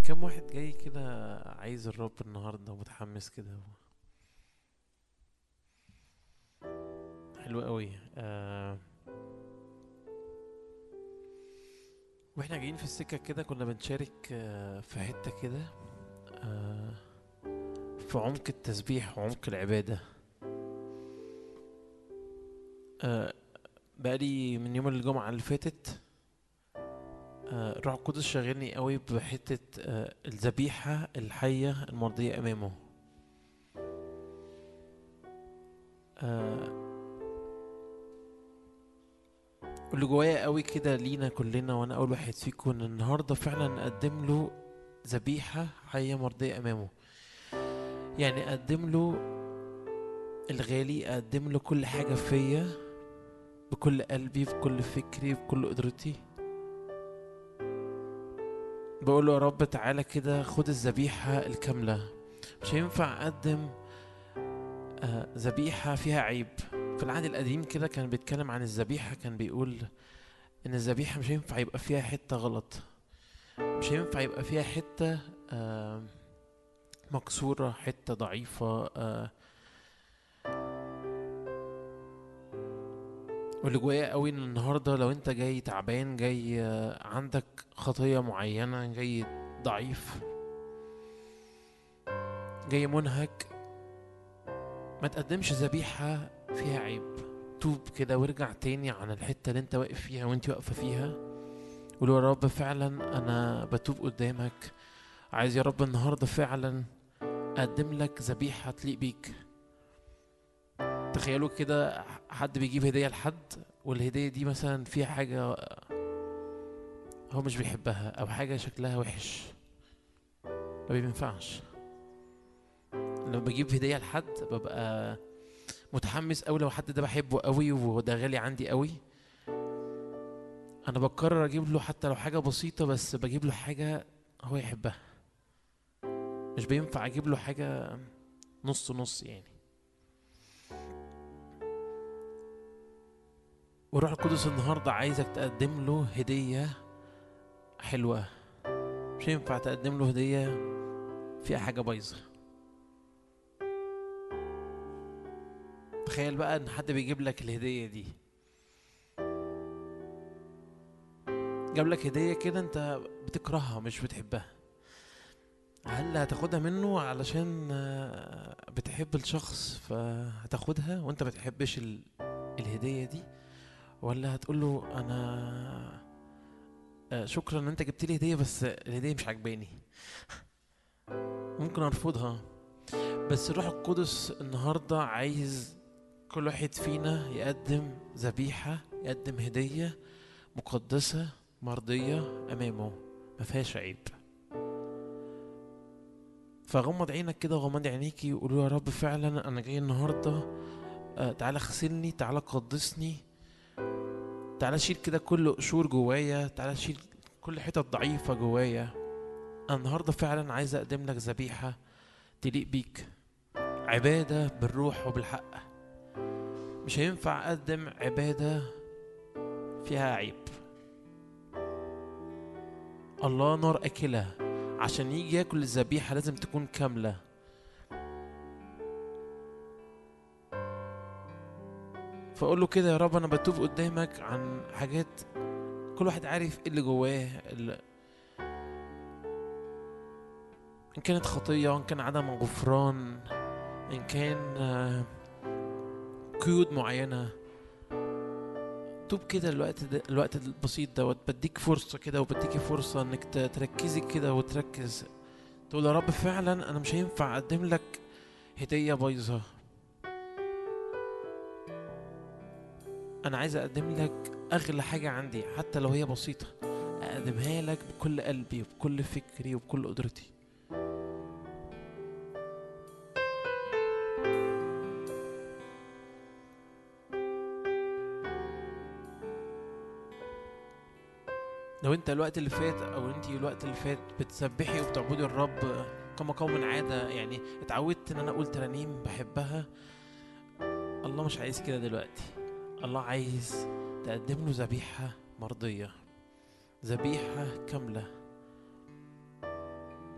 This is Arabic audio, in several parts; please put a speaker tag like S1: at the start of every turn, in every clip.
S1: كم واحد جاي كده عايز الرب النهارده متحمس كده؟ حلو قوي. واحنا جايين في السكة كده كنا بنشارك في حتة كده، آه في عمق التسبيح وعمق العبادة. آه بقالي من يوم الجمعة اللي فاتت الروح القدس شاغلني قوي بحتة الذبيحة الحية المرضية أمامه. آه واللي جوايا قوي كده لينا كلنا، وانا اول واحد فيكم، ان النهارده فعلا نقدم له ذبيحة حية مرضية امامه. يعني اقدم له الغالي، اقدم له كل حاجة فيا، بكل قلبي، بكل فكري، بكل قدرتي. بقول له يا رب تعالى كده خد الذبيحة الكاملة. مش هينفع اقدم ذبيحة فيها عيب. في العهد القديم كده كان بيتكلم عن الذبيحة، كان بيقول ان الذبيحة مش هينفع يبقى فيها حتة غلط، مش هينفع يبقى فيها حتة مكسورة، حتة ضعيفة. واللي جوايا قوي ان النهاردة لو انت جاي تعبان، جاي عندك خطية معينة، جاي ضعيف، جاي منهك، ما تقدمش ذبيحة فيها عيب. توب كده وارجع تاني عن الحتة اللي انت واقف فيها وانت واقفة فيها، وقول يا رب فعلا انا بتوب قدامك. عايز يا رب النهاردة فعلا اقدم لك ذبيحة تليق بيك. تخيلوا كده حد بيجيب هدية لحد، والهدية دي مثلا فيها حاجة هو مش بيحبها أو حاجة شكلها وحش، ما بينفعش. لما بجيب هدية لحد ببقى متحمس أوي، لو حد ده بحبه أوي وده غالي عندي أوي، أنا بقرر أجيب له حتى لو حاجة بسيطة، بس بجيب له حاجة هو يحبها. مش بينفع أجيب له حاجة نص نص يعني. وروح القدس النهاردة عايزك تقدم له هدية حلوة. مش ينفع تقدم له هدية فيها حاجة بايظة. تخيل بقى ان حد بيجيب لك الهدية دي، جاب لك هدية كده انت بتكرهها مش بتحبها. هل هتاخدها منه علشان بتحب الشخص فهتاخدها وانت بتحبش الهدية دي، ولا هتقول له انا شكرا ان انت جبت لي هدية بس الهدية مش عجباني، ممكن ارفضها. بس الروح القدس النهاردة عايز كل واحد فينا يقدم ذبيحة، يقدم هدية مقدسة مرضية أمامه، ما فيهاش عيب. فغمض عينك كده وغمض عينيكي وقولوا يا رب فعلا أنا جاي النهاردة، تعالى اغسلني، تعالى قدسني، تعالى شيل كده كل قشور جوايا، تعالى شيل كل حتت ضعيفة جوايا. أنا النهاردة فعلا عايز أقدم لك ذبيحة تليق بيك، عبادة بالروح وبالحق. مش هينفع أقدم عبادة فيها عيب. الله نار أكلة، عشان يجي ياكل الذبيحة لازم تكون كاملة. فأقول له كده يا رب أنا بتوب قدامك عن حاجات كل واحد عارف إيه اللي جواه، إن كانت خطية، إن كان عدم غفران، إن كان قيود معينة. توب كده الوقت ده، الوقت البسيط دوت بديك فرصة كده وبديكي فرصة إنك تركزي كده وتركز، تقول يا رب فعلا أنا مش هينفع أقدم لك هدية بايظة. أنا عايز أقدم لك أغلى حاجة عندي حتى لو هي بسيطة، أقدمها لك بكل قلبي وبكل فكري وبكل قدرتي. لو انت الوقت اللي فات او انتي الوقت اللي فات بتسبحي وبتعبدي الرب كما قوم عادة، يعني اتعودت ان انا اقول ترانيم بحبها، الله مش عايز كده دلوقتي. الله عايز تقدم له ذبيحة مرضية، ذبيحة كاملة.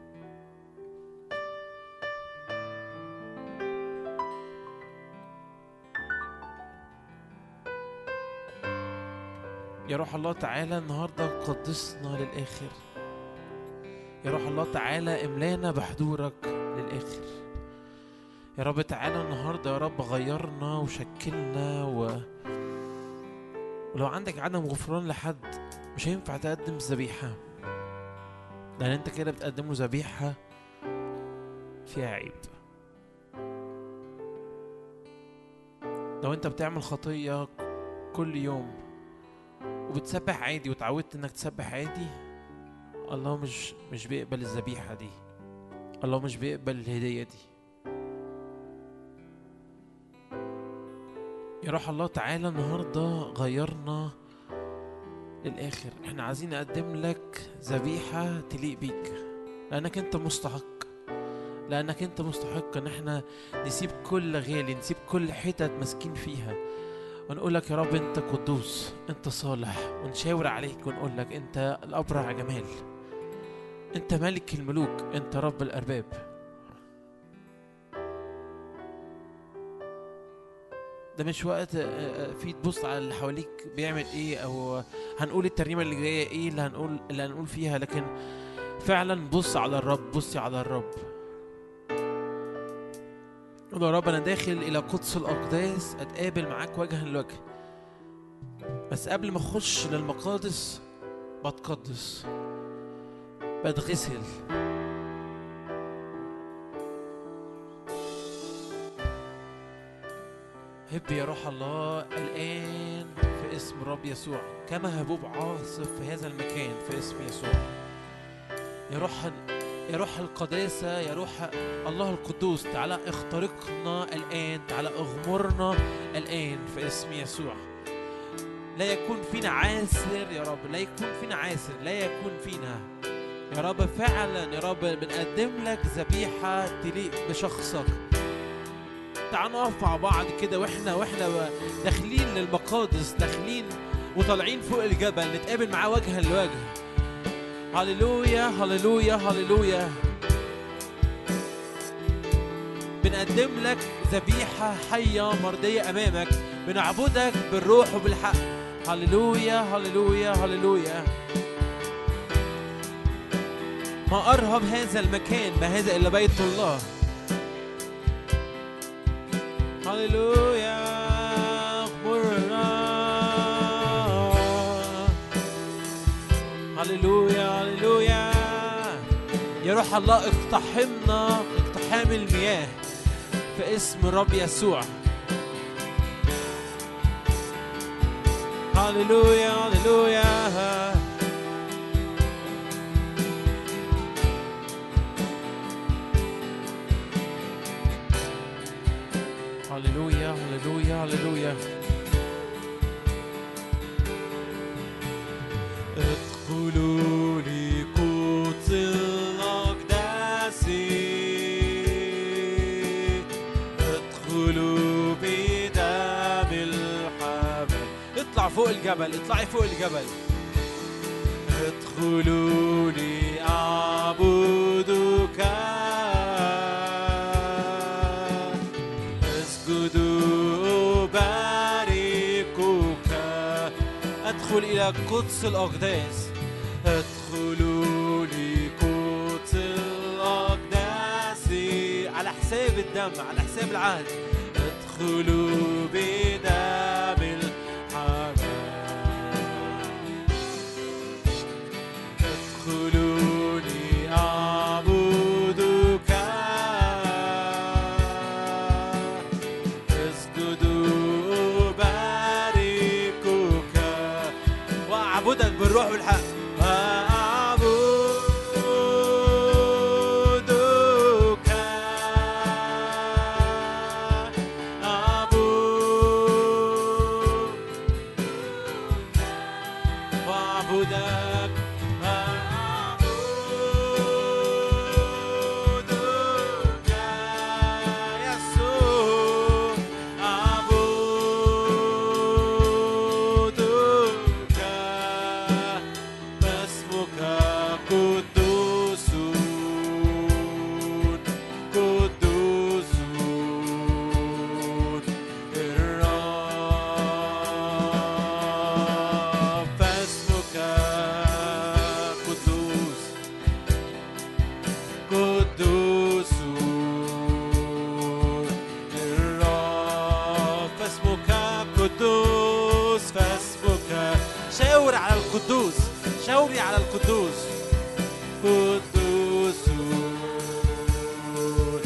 S1: يا روح الله تعالى النهاردة قدسنا للآخر. يا روح الله تعالى املانا بحضورك للآخر. يا رب تعالى النهاردة يا رب غيرنا وشكلنا ولو عندك عدم غفران لحد مش هينفع تقدم ذبيحة، لأن أنت كده بتقدم له ذبيحة فيها عيب. لو أنت بتعمل خطية كل يوم وبتسبح عادي وتعودت إنك تسبح عادي، الله مش بيقبل الذبيحة دي، الله مش بيقبل الهدية دي. يا روح الله تعالى النهاردة غيرنا للآخر. احنا عايزين نقدم لك ذبيحة تليق بيك، لأنك انت مستحق، لأنك انت مستحق ان احنا نسيب كل غالي، نسيب كل حتة مسكين فيها ونقول لك يا رب انت قدوس، انت صالح، ونشاور عليك ونقول لك انت الأبرع جمال، انت ملك الملوك، انت رب الأرباب. ده مش وقت في تبص على اللي حواليك بيعمل ايه، او هنقول الترنيمه اللي جايه ايه اللي هنقول فيها، لكن فعلا بص على الرب، بصي على الرب. قول يا رب انا داخل الى قدس الاقداس اتقابل معاك وجها لوجه، بس قبل ما اخش للمقادس بتقدس، بتغسل. هب يا روح الله الآن في اسم الرب يسوع، كما هبوب عاصف في هذا المكان في اسم يسوع. يا روح القداسة، يا روح الله القدوس، تعالى اخترقنا الآن، تعالى اغمرنا الآن في اسم يسوع. لا يكون فينا عاسر يا رب، لا يكون فينا عاسر، لا يكون فينا يا رب. فعلا يا رب بنقدم لك ذبيحة تليق بشخصك. تعالوا نقف مع بعض كده واحنا داخلين للمقادس، داخلين وطالعين فوق الجبل نتقابل معاه وجها لوجه. هللويا هللويا هللويا. بنقدم لك ذبيحة حية مرضية أمامك، بنعبدك بالروح وبالحق. هللويا هللويا هللويا. ما أرهب هذا المكان، ما هذا إلا بيت الله. هللويا. اغمرنا. هللويا هللويا. يا روح الله اقتحمنا اقتحام المياه في اسم الرب يسوع. هللويا هللويا. هللويا هللويا هللويا. ادخلوا لقدس الأقداس، ادخلوا بدم الحمل. اطلع فوق الجبل، اطلعي فوق الجبل. ادخلوا لأعبدك، ادخل إلى قدس الأقداس. ادخلوا لقدس الأقداس على حساب الدم، على حساب العهد. ادخلوا بدم الحمل. ادخلوا لأعبدك، اسجدوا باركك وأعبدك بالروح والحق. قدوس الرب فاسمك قدوس فاسمك. شاور على القدوس، شاوري على القدوس. قدوس الرب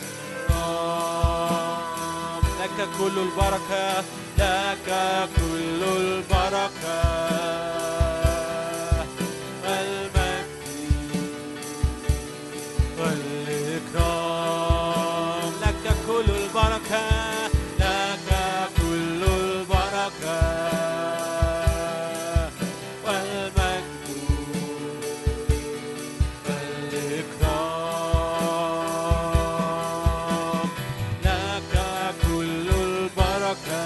S1: لك كل البركة، لك كل البركة والمجد والإكرام. لك كل البركة، لك كل البركة والمجد والإكرام. لك كل البركة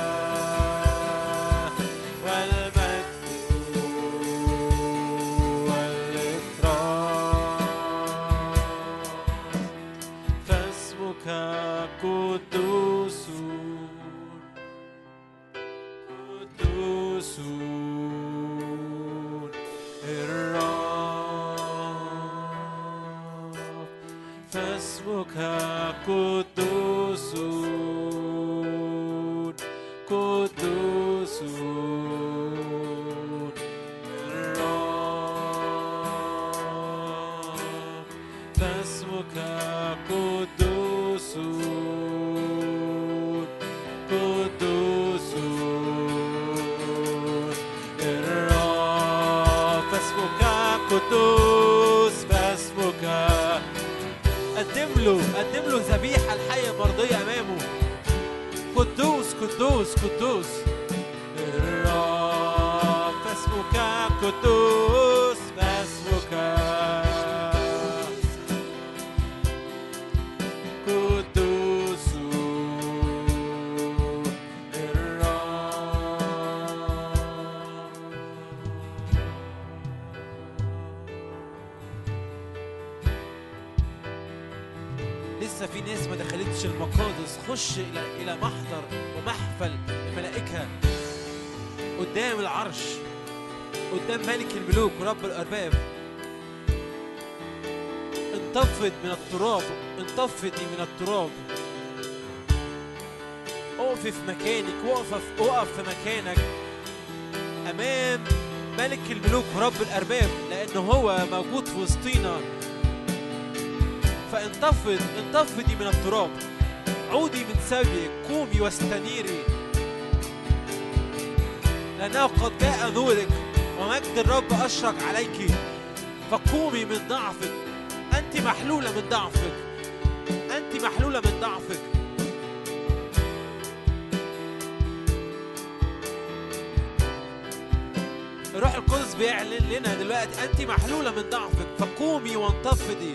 S1: والمجد والإكرام. فاسمك قدوس قدوس الرب. فاسمك قدوس قدوس الرب. فاسمك قدوس قدوس الرب. فاسمك قدوس فاسمك. قدم له ذبيحة الحية مرضية أمامه. قدوس قدوس قدوس الرب. فاسمك قدوس فاسمك قدوس لسه في ناس ما دخلتش المقادس. خش إلى محضر ومحفل الملائكة قدام العرش، قدام ملك الملوك ورب الأرباب. انتفض من التراب، انتفضي من التراب. اقفي في مكانك، اقف في مكانك أمام ملك الملوك ورب الأرباب، لأنه هو موجود في وسطينا. انتفضي من التراب، عودي من سبيك، قومي واستنيري، لأنه قد جاء نورك ومجد الرب أشرق عليك. فقومي من ضعفك، أنت محلولة من ضعفك، أنت محلولة من ضعفك. الروح القدس بيعلن لنا دلوقتي أنت محلولة من ضعفك. فقومي وانتفضي،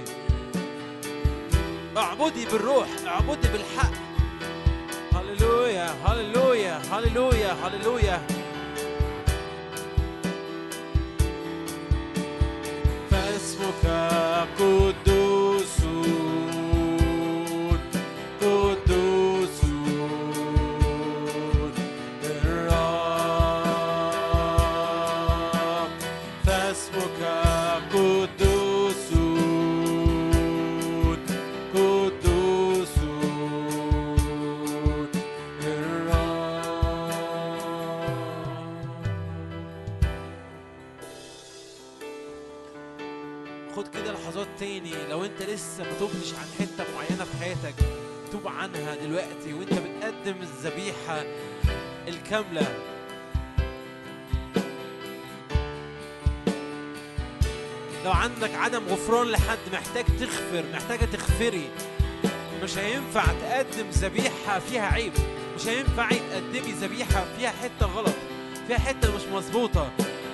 S1: اعبدي بالروح، اعبدي بالحق. هللويا هللويا هللويا هللويا. فاسمك قدوس قدوس الرب. فاسمك قدوس قدوس خد كده لحظات تاني. لو انت لسه ما توبتش عن حتة معينة في حياتك، توب عنها دلوقتي وانت بتقدم الذبيحة الكاملة. لو عندك عدم غفران لحد، محتاج تغفر، محتاجة تغفري. مش هينفع تقدم ذبيحة فيها عيب، مش هينفع تقدمي ذبيحة فيها حتة غلط، فيها حتة مش مظبوطة.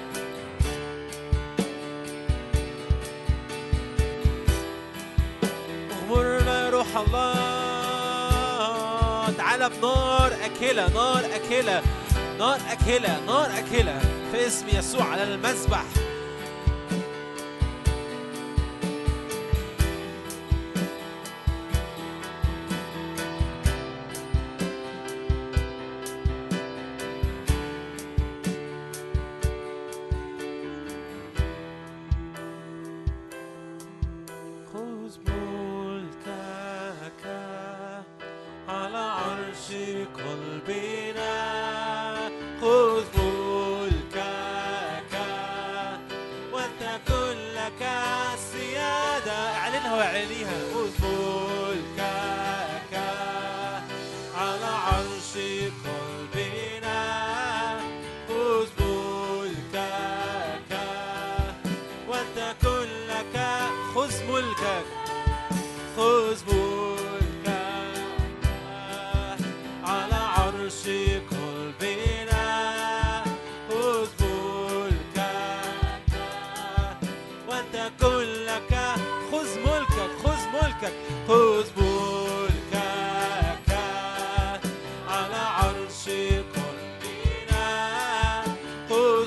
S1: اغمرنا يا روح الله، تعالى بنار أكلة، نار أكلة، نار أكلة، نار أكلة في اسم يسوع على المذبح. خذ خذ ملكك على عرش قلبنا، خذ ملكك ولتكن لك السيادة. اعلنها واعلنيها. خذ ملكك على عرش قلبنا، خذ ملكك ولتكن لك. خذ ملكك، خذ ملكك على عرش قلبنا، خذ ملكك ولتكن لك. خذ ملكك، خذ ملكك، خذ ملكك على عرش قلبنا، خذ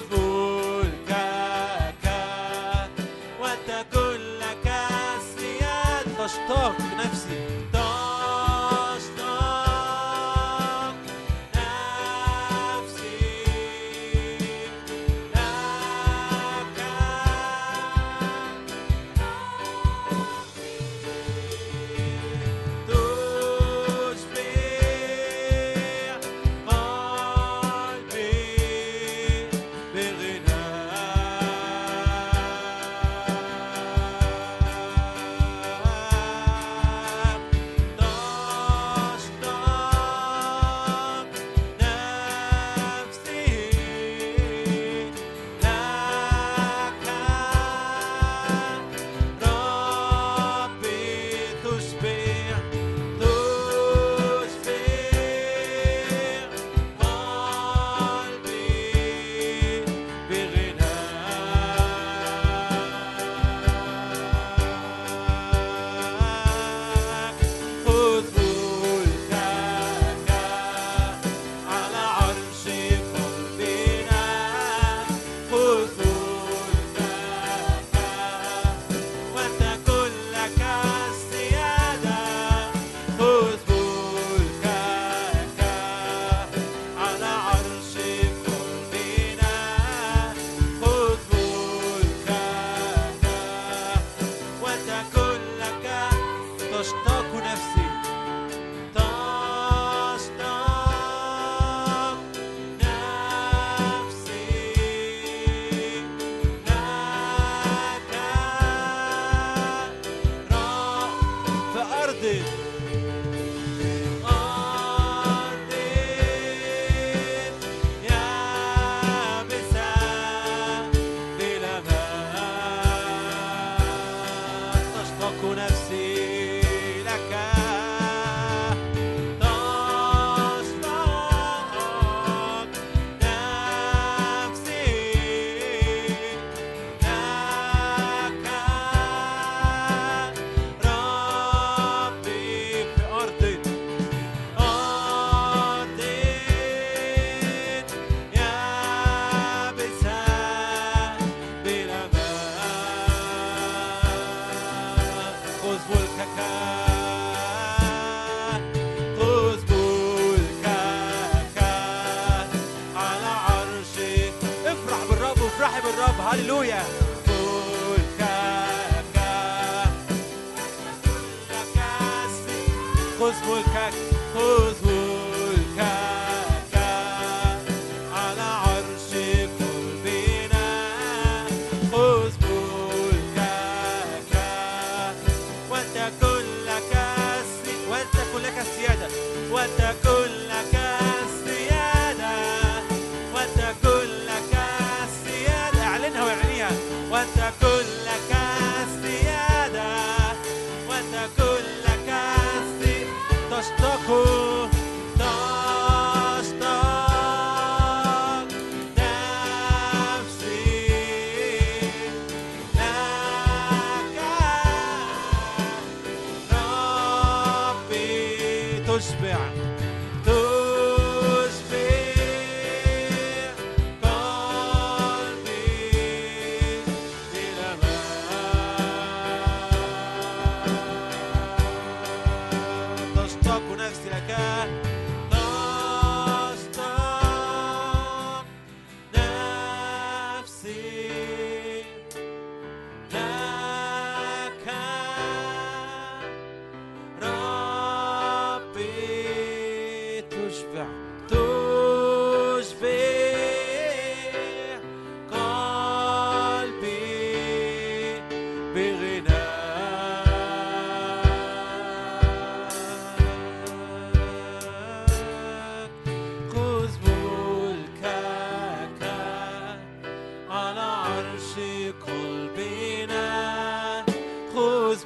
S1: ملكك ولتكن لك السيادة. تشتاق نفسي، تشتاق نفسي لك، هللويا. خذ ملكك، خذ ملكك على عرش قلبنا، خذ ملكك ولتكن لك السيادة، ولتكن لك السيادة، ولتكن لك السيادة. اعلنها واعلنيها. ولتكن لك السيادة، ولتكن لك السيادة. تشتاق نفسي لك ربي، تشبع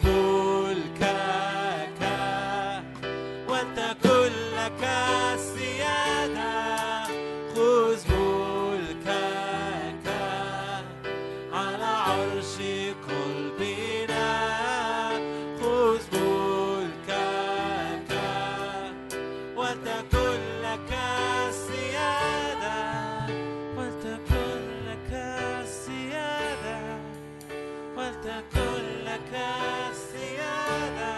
S1: ملكك ولتكن لك السيادة. خذ ملكك على عرش قلبنا. خذ ملكك ولتكن لك السيادة. ولتكن لك السيادة. ولتكن لك السيادة.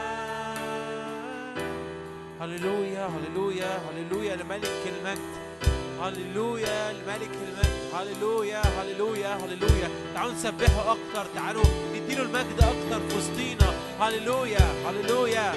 S1: هللويا هللويا هللويا لملك المجد. هللويا لملك المجد. هللويا هللويا هللويا. تعالوا نسبحه اكتر، تعالوا نديله المجد اكتر في وسطينا. هللويا هللويا.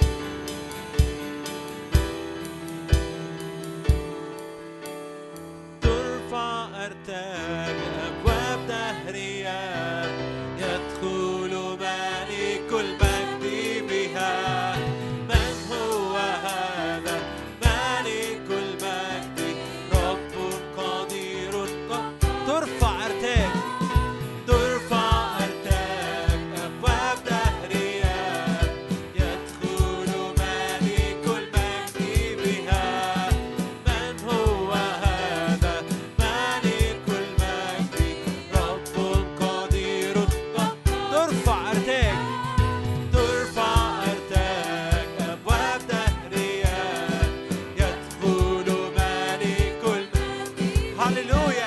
S1: ترفع أرتاج أبواب دهرية، يدخل ملك المجد بها. من هو هذا ملك المجد؟ رب قدير. ترفع أرتاج، ترفع أرتاج أبواب دهرية، يدخل ملك المجد بها. من هو هذا ملك المجد؟ رب قدير. ترفع أرتاج، ترفع أرتاج أبواب دهرية، يدخل ملك المجد. هللويا.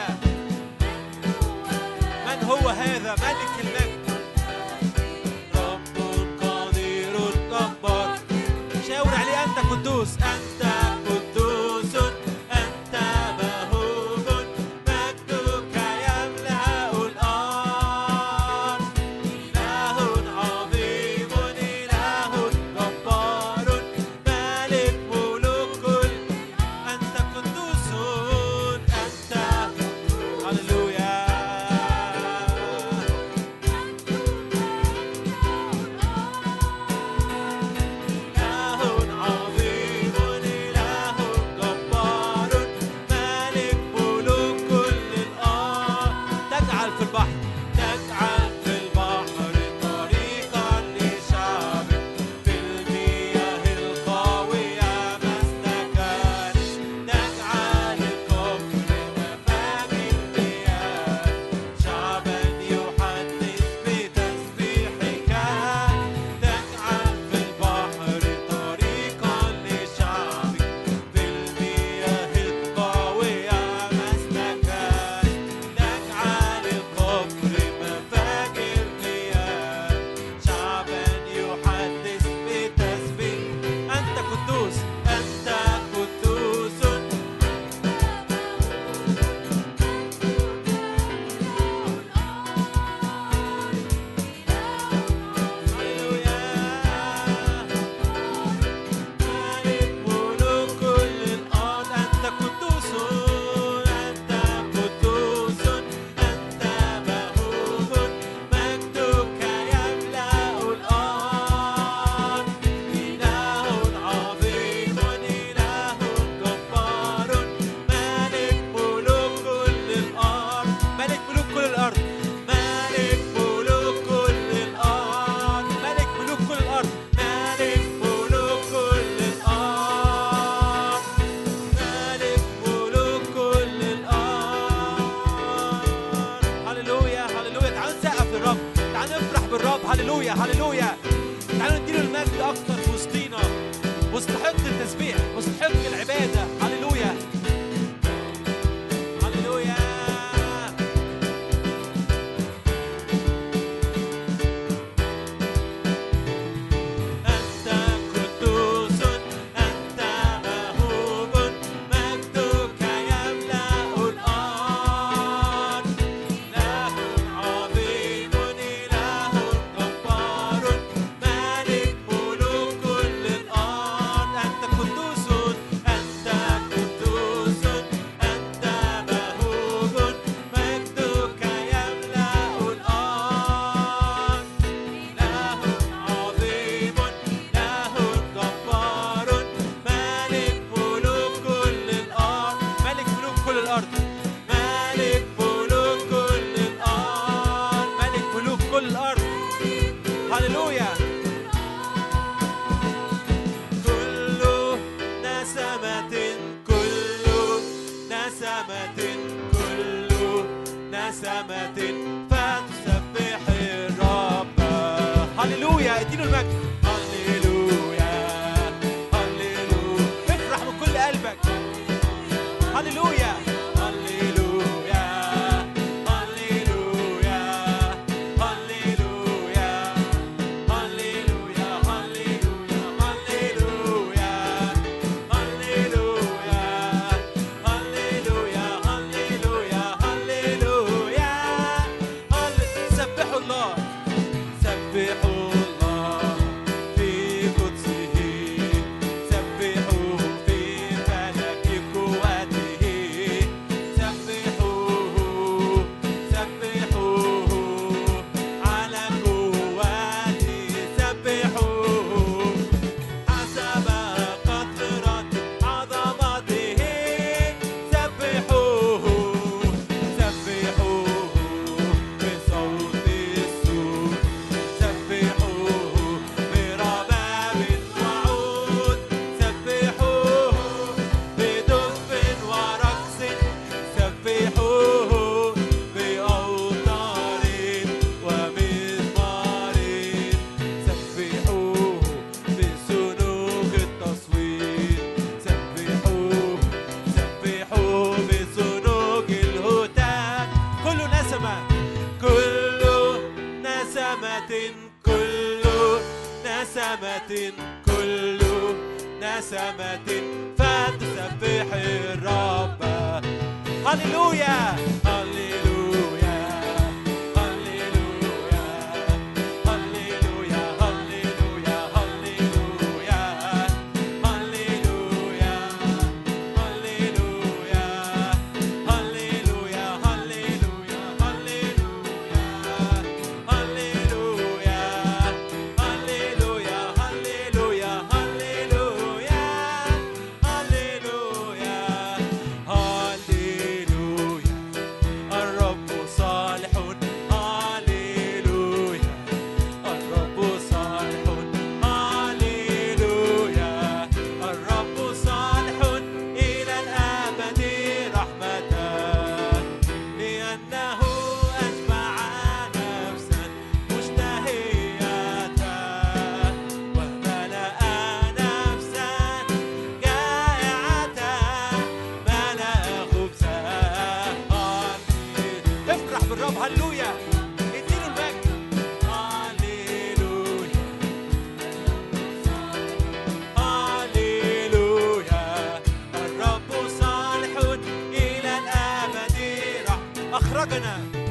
S1: من هو هذا ملك المجد؟ رب قدير جبار. شاور عليه. أنت قدوس، أنت قدوس، أنت مهوب، مجدك يملأ الأرض. إله عظيم، إله جبار، مالك ملوك. أنت قدوس، أنت هللويا. إله عظيم،
S2: نسمة كل نسمة فتسبح الرب. هللويا هللويا هللويا هللويا هللويا هللويا هللويا هللويا هللويا هللويا هللويا هللويا هللويا هللويا هللويا هللويا الرب صالح هللويا الرب صالح هللويا الرب صالح إلى الأبد رحمة لأنه أشبع نفسا مشتهية وملأ نفسا جائعة ملأ خبزا. افرح بالرب هللويا اديله المجد. هللويا هللويا الرب صالح إلى الأبد أخرجنا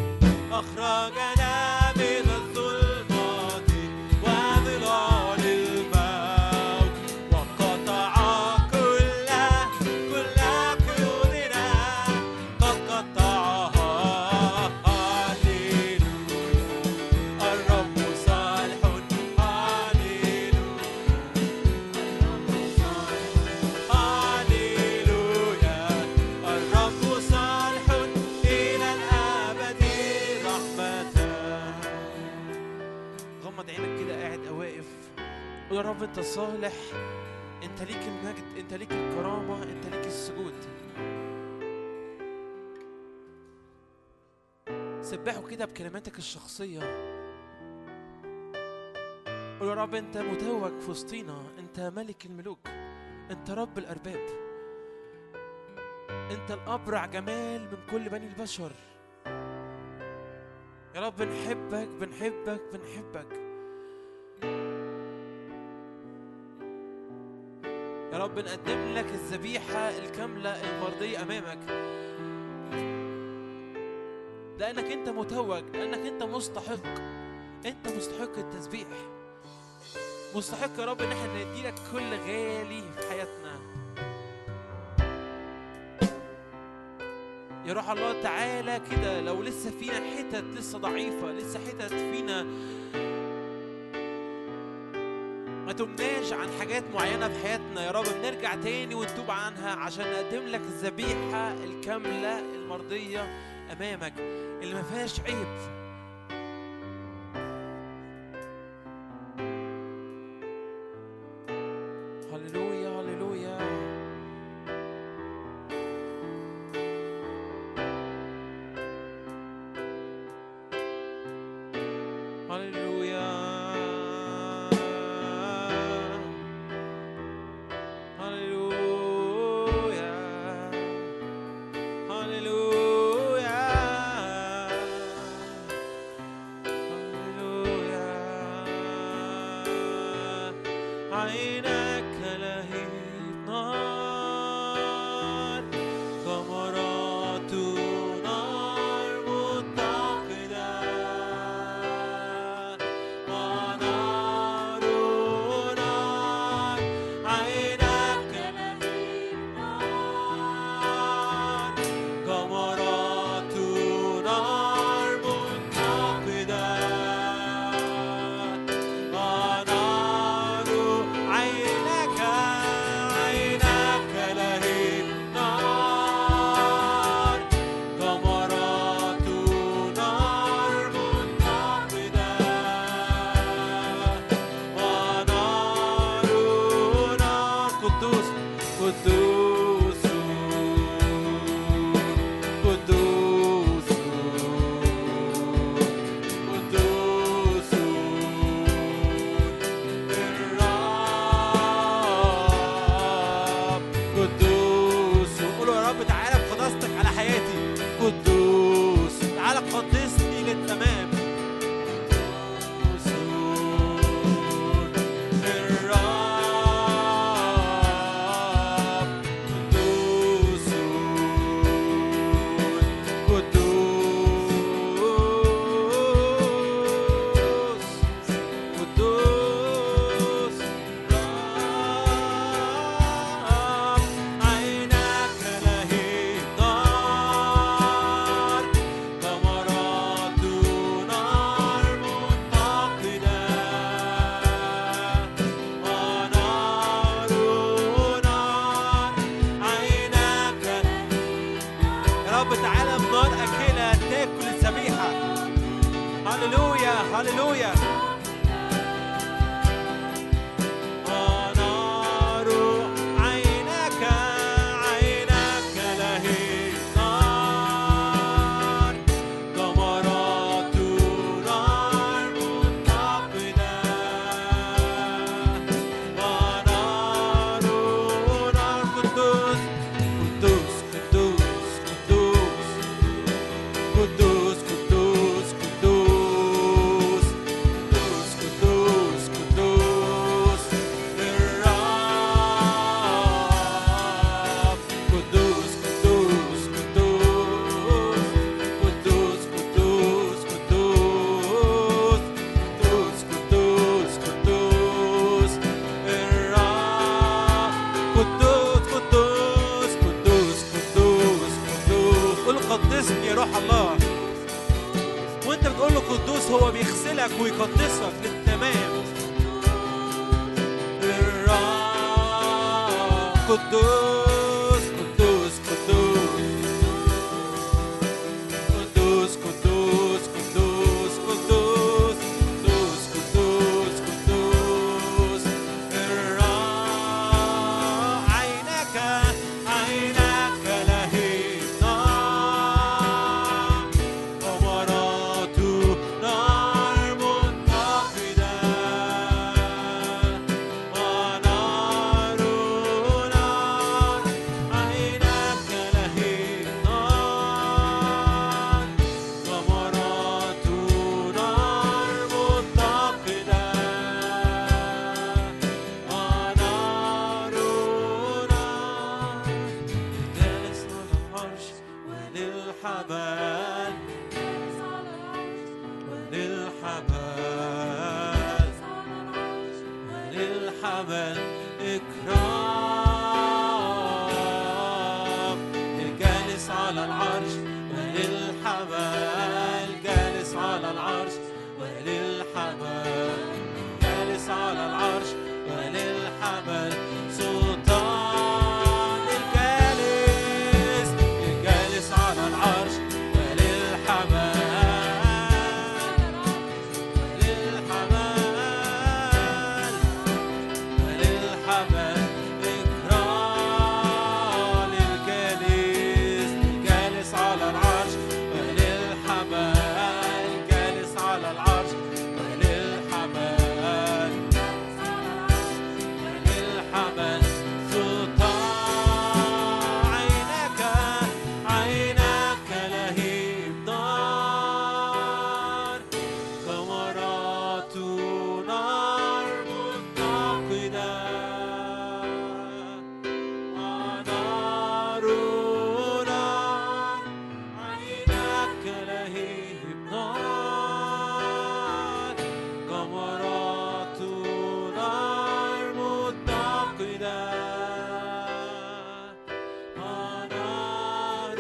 S2: من الظلمات وظلال الموت وقطع كل قيودنا قد قطعها. هللويا الرب صالح هللويا هللويا الرب صالح إلى الأبد رحمة. غمض عينك كده قاعد أو واقف قول يا رب أنت صالح، أنت ليك المجد، أنت ليك الكرامة، أنت ليك السجود. سبحه كده بكلماتك الشخصية. قول يا رب أنت متوج في وسطينا، أنت ملك الملوك، أنت رب الأرباب، أنت الأبرع جمال من كل بني البشر. يا رب بنحبك بنحبك بنحبك. يا رب نقدم لك الذبيحة الكاملة المرضية أمامك، لأنك أنت متوج، لأنك أنت مستحق، أنت مستحق التسبيح، مستحق يا رب إن احنا نديلك كل غالي في حياتنا. يا روح الله تعالى كده، لو لسه فينا حتت لسه ضعيفة، لسه حتت فينا ما تمناش عن حاجات معينة في حياتنا، يا رب بنرجع تاني ونتوب عنها عشان نقدم لك الذبيحة الكاملة المرضية أمامك اللي ما فيهاش عيب. هللويا هللويا هللويا هللويا هللويا هللويا. عينك لهيب نار، ثمرات نار متقدة، ونار نار. عينك لهيب نار، ثمرات نار متقدة، ونار. عينك هللويا. هو بيغسلك ويقدسك للتمام. قدوس قدوس قدوس قدوس قدوس قدوس قدوس قدوس قدوس قدوس عينك عينك لهيب نار غمرات نار منتقدة ونار نار عينك لهيب نار غمرات نار منتقدة ونار نار جالس على العرش وللحمل وللحمل إكرام الجالس على العرش وللحمل جالس على العرش وللحمل جالس على العرش وللحمل سلطان الجالس الجالس على العرش وللحمل وللحمل إكرام الجالس الجالس على العرش وللحمل جالس على العرش وللحمل وللحمل سلطان عينك عينك لهيب نار غمرات نار منتقدة ونار نار عينك لهيب نار غمرات نار منتقدة ونار نار.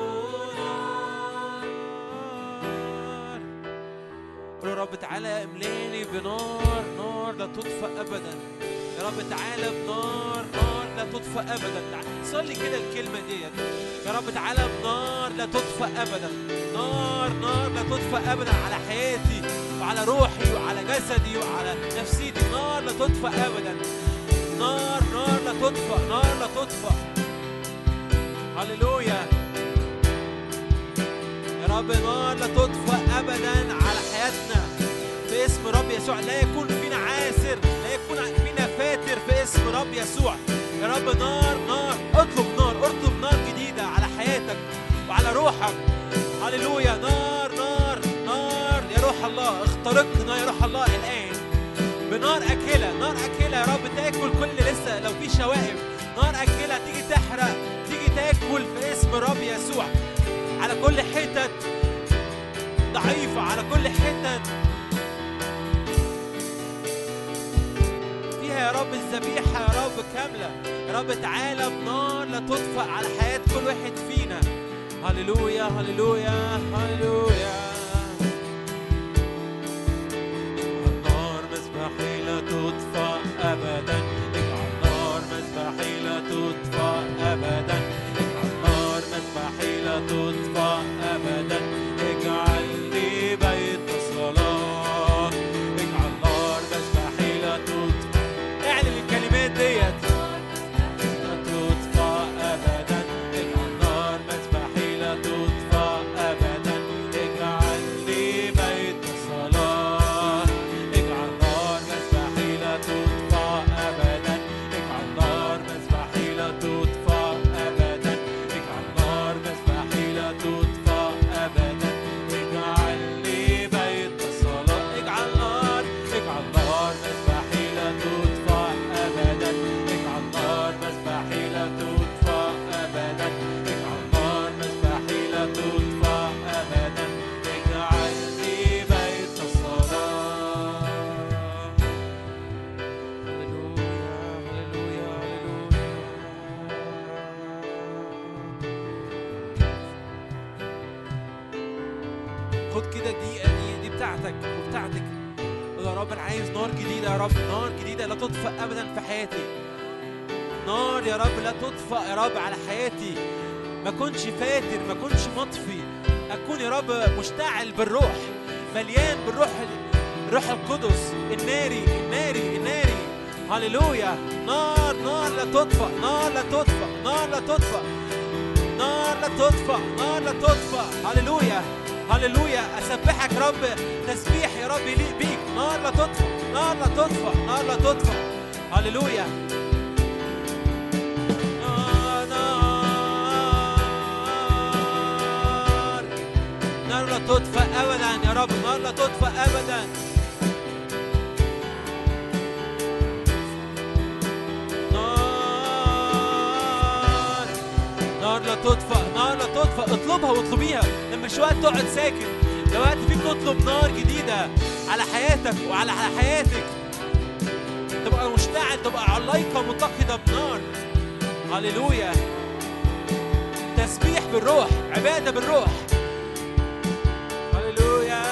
S2: قول يا رب تعالى املاني بنار نار لا تطفأ أبدا. يا رب تعالى بنار نار لا تطفأ أبدا. صلي كده الكلمة ديت. يا رب تعالى بنار لا تطفأ أبدا. نار نار لا تطفأ أبدا على حياتي وعلى روحي وعلى جسدي وعلى نفسيتي. نار لا تطفأ أبدا. نار نار لا تطفأ نار لا تطفأ. هللويا يا رب. نار لا تطفأ أبدا على حياتنا في اسم رب يسوع. لا يكون فينا عاسر لا يكون فينا فاتر في اسم رب يسوع. يا رب نار نار اطلب نار جديدة على حياتك وعلى روحك. هللويا. نار نار نار يا روح الله اخترقنا يا روح الله الآن بنار أكلة. نار أكلة يا رب تاكل كل لسه لو في شوائب. نار أكلة تيجي تحرق تيجي تاكل في اسم رب يسوع على كل حتت ضعيفة على كل حتت فيها يا رب الذبيحة يا رب كاملة. يا رب تعالى بنار لا تطفأ على حياة كل واحد فينا. هللويا هللويا هللويا. النار مذبحي لا تطفأ أبدا. اجعل نار مذبحي لا تطفأ أبدا. اجعل نار مذبحي لا تطفأ أبدا. اجعل لي بيت صلاة تطفأ. اعلن الكلمات ديت. لا تطفأ أبدا، اجعل نار مذبحي لا تطفأ أبدا، اجعل لي بيت صلاة. اجعل نار مذبحي لا تطفأ أبدا، اجعل نار مذبحي لا تطفأ أبدا، اجعل نار مذبحي لا تطفأ أبدا، اجعل لي بيت صلاة. اجعل نار مذبحي لا تطفأ أبدا، اجعل نار مذبحي لا تطفأ أبدا، اجعل نار مذبحي لا تطفأ أبدا، اجعل لي بيت صلاة. هللويا هللويا هللويا. خد كده دقيقة، دي بتاعتك وبتاعتك. يا رب أنا عايز نار جديدة، يا رب نار جديدة لا تطفأ أبدا في حياتي. نار يا رب لا تطفأ يا رب على حياتي. ما كنش فاتر، ما كنش مطفي، أكون يا رب مشتعل بالروح، مليان بالروح، الروح القدس الناري الناري الناري. هللويا. نار لا تطفأ، نار لا تطفأ، نار لا تطفأ، نار لا تطفأ، نار لا تطفأ. هللويا هللويا. أسبحك رب تسبيح يا رب يليق بيك. نار لا تطفأ، نار لا تطفأ، نار لا تطفأ. هللويا. نار لا تطفأ أبدا يا رب، نار لا تطفأ أبدا. نار لا تطفأ، نار لا تطفأ. اطلبها واطلبيها. لما مش وقت تقعد ساكت، ده وقت فيك تطلب نار جديدة على حياتك وعلى حياتك. تبقى مشتعل، تبقى علايقة متقدة بنار. هللويا. تسبيح بالروح، عبادة بالروح. هللويا.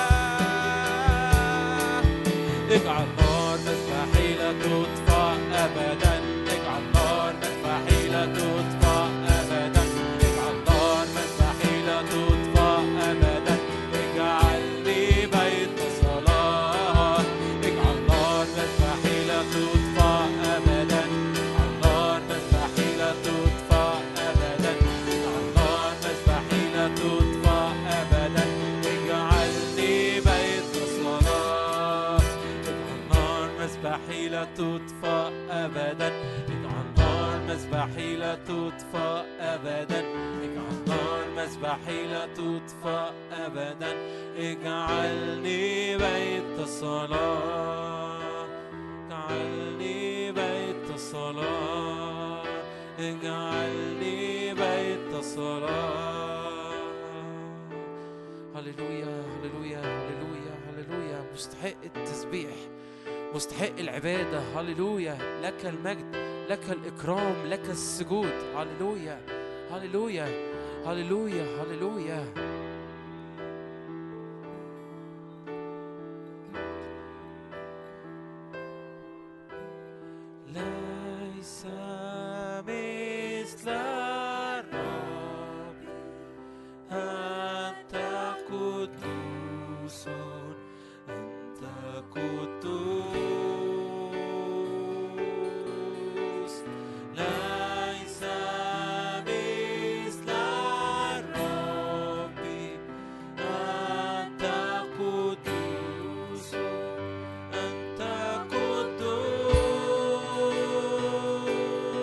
S2: اجعل نار مذبحي لا تطفأ أبدا، اجعل نار مذبحي لا تطفأ أبدا، اجعل نار مذبحي لا تطفأ أبدا، اجعل لي بيت صلاة. اجعل نار مذبحي لا تطفأ أبدا، اجعل نار مذبحي لا تطفأ أبدا، اجعل نار مذبحي لا تطفأ أبدا، اجعل لي بيت صلاة. اجعل نار مذبحي لا تطفأ أبدا، اجعل نار مذبحي لا تطفأ أبدا، اجعل نار مذبحي لا تطفأ أبدا، اجعلني بيت صلاة. اجعلني بيت صلاة، اجعلني بيت صلاة. هللويا هللويا هللويا هللويا. مستحق التسبيح، مستحق العبادة. هللويا. لك المجد، لك الإكرام، لك السجود. هللويا هللويا هللويا هللويا. ليس مثل الرب، أنت قدوس، أنت قدوس. ليس مثل الرب، أنت قدوس، أنت قدوس.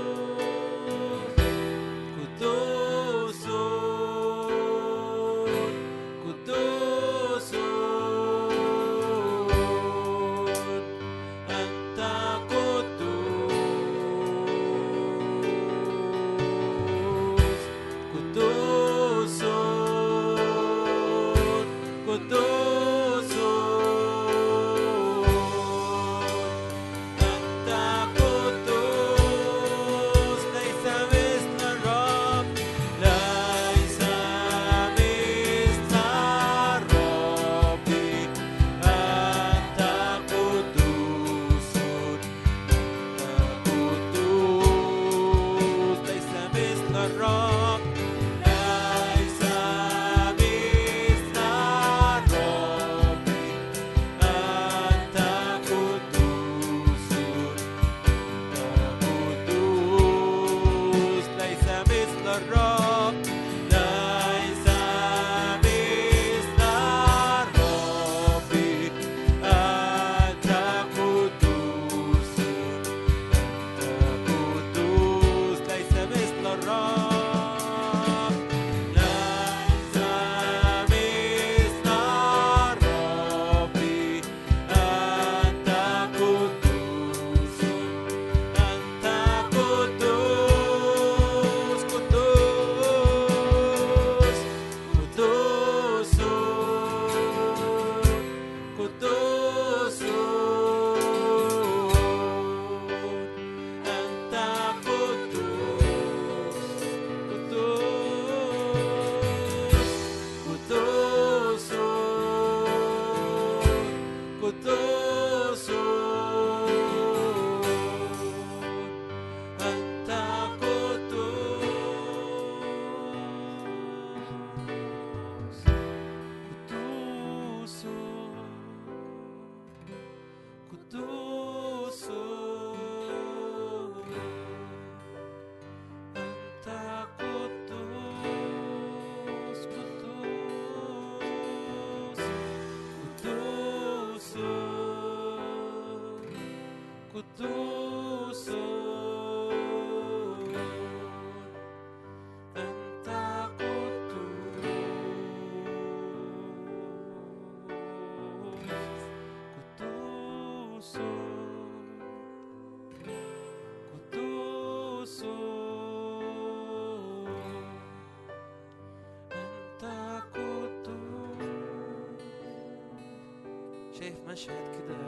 S2: شايف مشهد كده،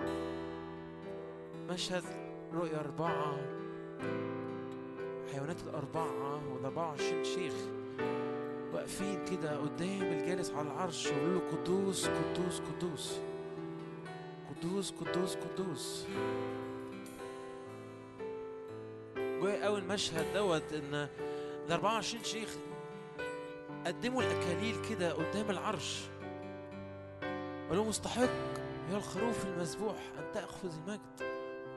S2: مشهد رؤيا 4، حيوانات ال4 وال24 شيخ واقفين كده قدام الجالس على العرش ويقولوا له قدوس قدوس قدوس قدوس قدوس قدوس. جاي أول مشهد دوت إن ال24 شيخ قدموا الأكاليل كده قدام العرش، قالوا مستحق يا الخروف المذبوح أن تأخذ المجد.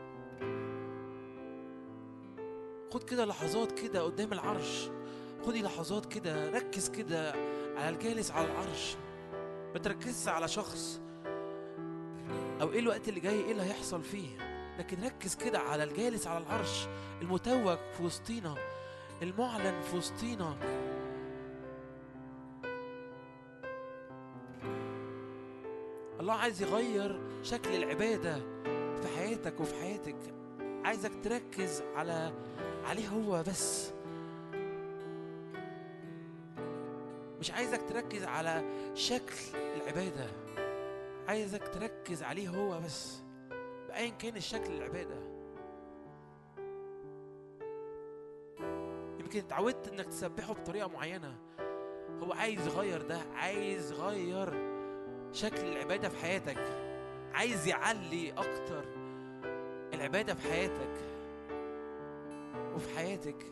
S2: خد كده لحظات كده قدام العرش، خدي لحظات كده، ركز كده على الجالس على العرش، ما تركزش على شخص أو إيه الوقت اللي جاي، إيه اللي هيحصل فيه، لكن ركز كده على الجالس على العرش، المتوج في وسطينا، المعلن في وسطينا. الله عايز يغير شكل العبادة في حياتك وفي حياتك، عايزك تركز عليه هو بس، مش عايزك تركز على شكل العبادة، عايزك تركز عليه هو بس بأيا كان الشكل العبادة. يمكن اتعودت انك تسبحه بطريقة معينة، هو عايز يغير ده، عايز يغير شكل العبادة في حياتك، عايز يعلي أكتر العبادة في حياتك وفي حياتك.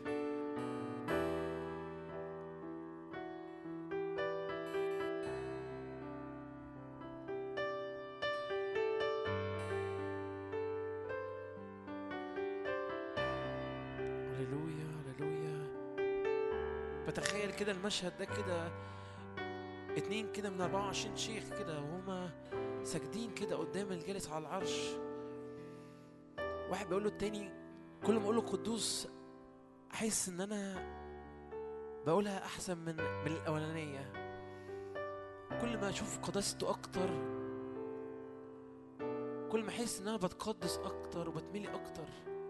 S2: هللويا هللويا. بتخيل كده المشهد ده كده، 2 كده من 24 شيخ كده وهما ساجدين كده قدام الجالس على العرش، واحد بيقول له التاني، كل ما اقول له قدوس احس ان انا بقولها احسن من الاولانيه، كل ما اشوف قداسته اكتر كل ما احس ان انا بتقدس اكتر وبتملي اكتر.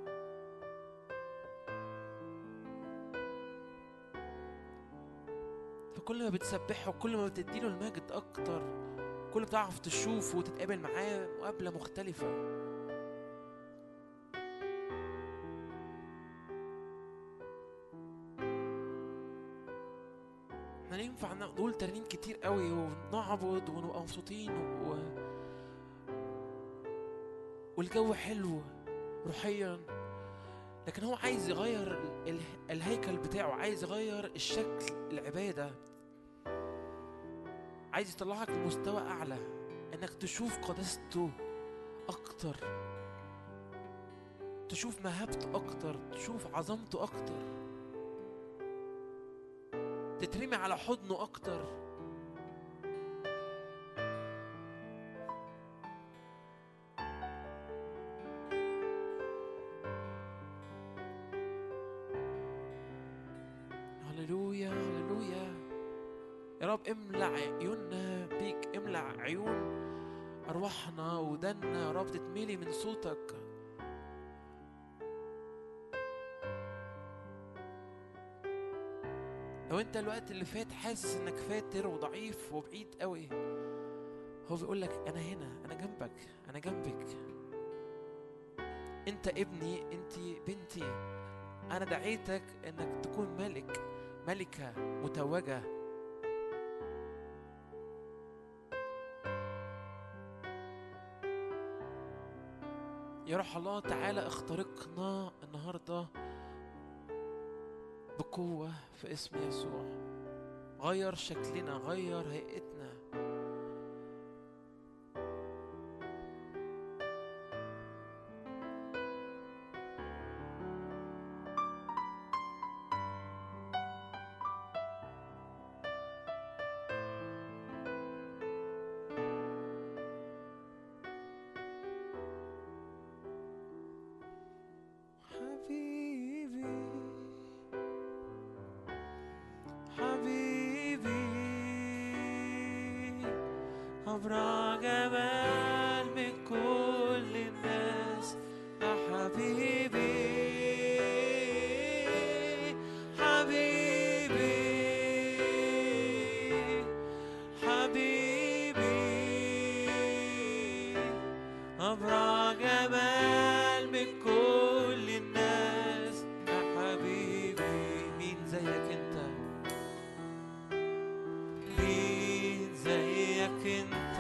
S2: فكل ما بتسبحه وكل ما بتديله المجد اكتر، كل ما بتعرف تشوفه وتتقابل معاه مقابله مختلفه. احنا ينفع نقول ترنيم كتير قوي ونعبد ونبقى مبسوطين والجو حلو روحيا، لكن هو عايز يغير الهيكل بتاعه، عايز يغير الشكل العبادة، عايز يطلعك لمستوى أعلى، إنك تشوف قداسته أكتر، تشوف مهابته أكتر، تشوف عظمته أكتر، تترمي على حضنه أكتر. هللويا هللويا. يا رب املأ عيوننا بيك، املأ عيون أرواحنا ودنا يا رب تتملي من صوتك. لو انت الوقت اللي فات حاسس انك فاتر وضعيف وبعيد قوي، هو بيقولك انا هنا، انا جنبك، انا جنبك، انت ابني، انت بنتي، انا دعيتك انك تكون ملك، ملكة متوجة. يا روح الله تعالى اخترقنا النهاردة بقوة في اسم يسوع، غير شكلنا، غير هيئتنا. أبرع جمال من كل الناس يا حبيبي حبيبي حبيبي أبرع جمال من كل الناس يا حبيبي. مين زيك انت؟ مين زيك انت؟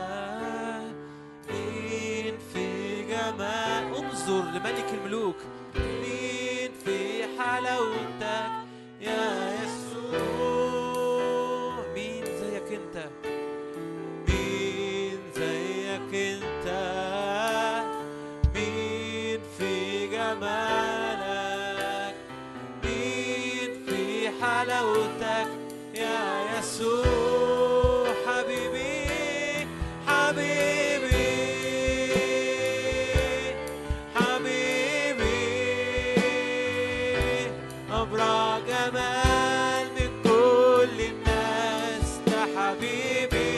S2: مين في جمال؟ انظر لملك الملوك. مين في حلاوتك يا يسوع؟ مين زيك انت؟ مين زيك انت؟ مين في جمالك؟ مين في حلاوتك يا يسوع؟ حبيبي حبيبي حبيبي أبرع جمال من كل الناس ده حبيبي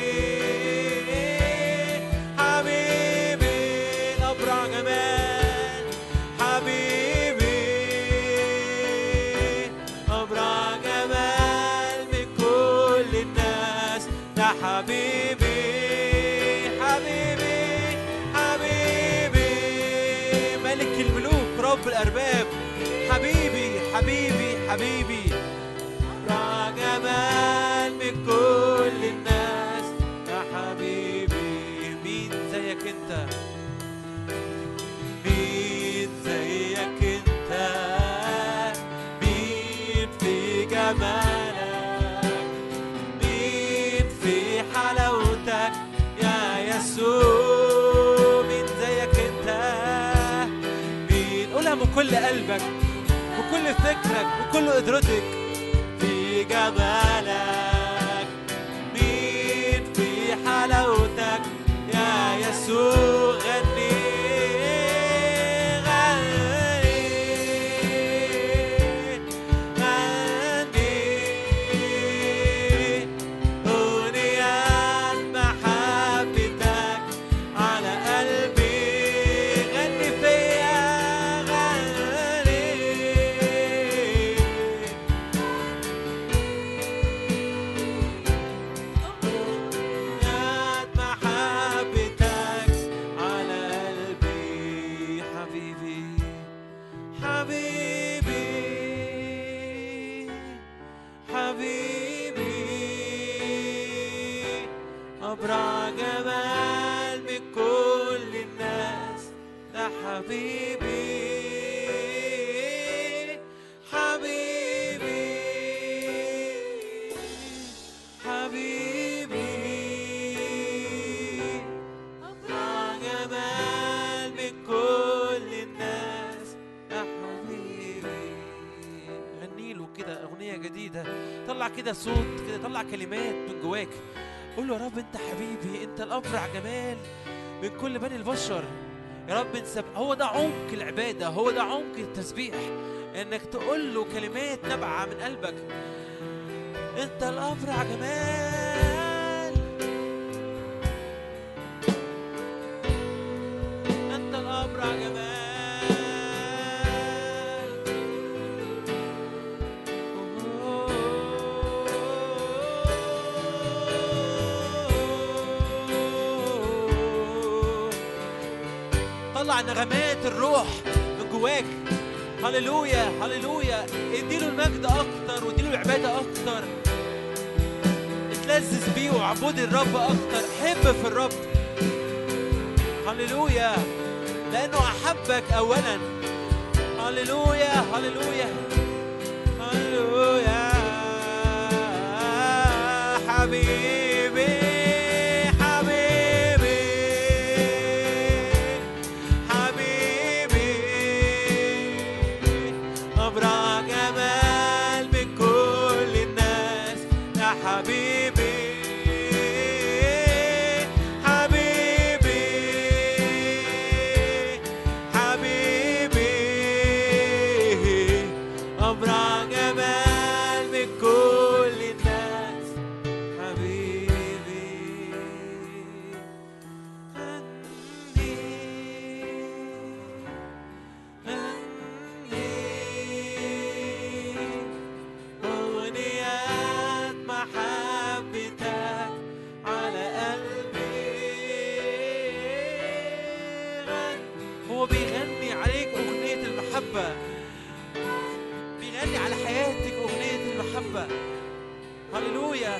S2: حبيبي أبرع جمال حبيبي أبرع جمال من كل الناس ده حبيبي حبيبي حبيبي ملك الملوك رب الأرباب حبيبي حبيبي حبيبي أبرع جمال من كل الناس يا حبيبي. مين زيك انت؟ مين زيك انت؟ مين في جمالك؟ مين في حلاوتك يا يسوع؟ مين زيك انت؟ مين؟ قولها من كل قلبك بكل فكرك بكل قدرتك. في جمالك مين في حلاوتك يا يسوع؟ غني غني غني أغنيات محبتك على قلبي. غني فيا غني أغنيات محبتك على قلبي. حبيبي حبيبي حبيبي أبرع جمال من كل الناس ده حبيبي حبيبي حبيبي أبرع جمال من كل الناس يا حبيبي. غنيله كده أغنية جديدة، طلع كده صوت كده، طلع كلمات من جواك. قول له يا رب أنت حبيبي، أنت الأبرع جمال من كل بني البشر. يا رب هو ده عمق العبادة، هو ده عمق التسبيح، إنك تقول له كلمات نابعة من قلبك. أنت الأبرع جمال، أنت الأبرع جمال. طلع نغمات الروح من جواك. هللويا هللويا. اديله المجد اكتر واديله العباده اكتر. اتلذذ بيه واعبد الرب اكتر. حب في الرب. هللويا، لانه احبك اولا. هللويا هللويا هللويا. حبيبي المحبة، بيغني على حياتك أغنية المحبة. هللويا.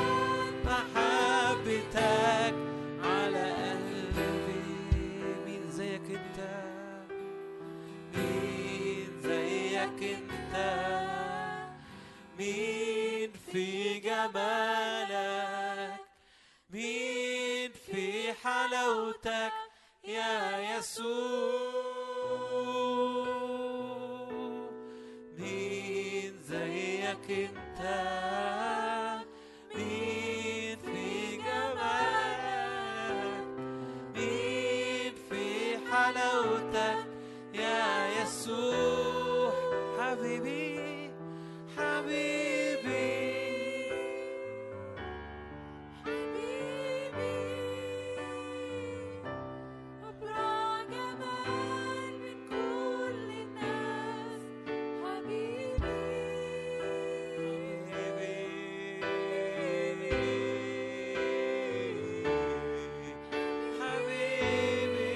S2: محبتك على قلبي، مين زيك انت، مين زيك انت، مين في جمالك، مين في حلاوتك يا يسوع، مين زيك انت، مين في جمالك، مين في حلاوتك يا يسوع. حبيبي حبيبي حبيبي، أبرع جمال من كل الناس. حبيبي حبيبي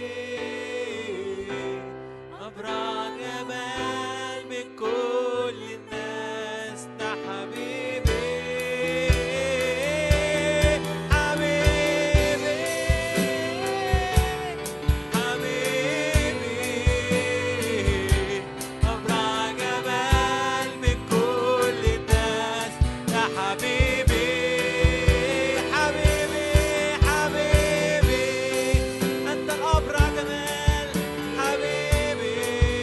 S2: أبرع جمال من كل الناس. ده حبيبي حبيبي حبيبي أبرع جمال من كل الناس. ده حبيبي حبيبي حبيبي، أنت الأبرع جمال. حبيبي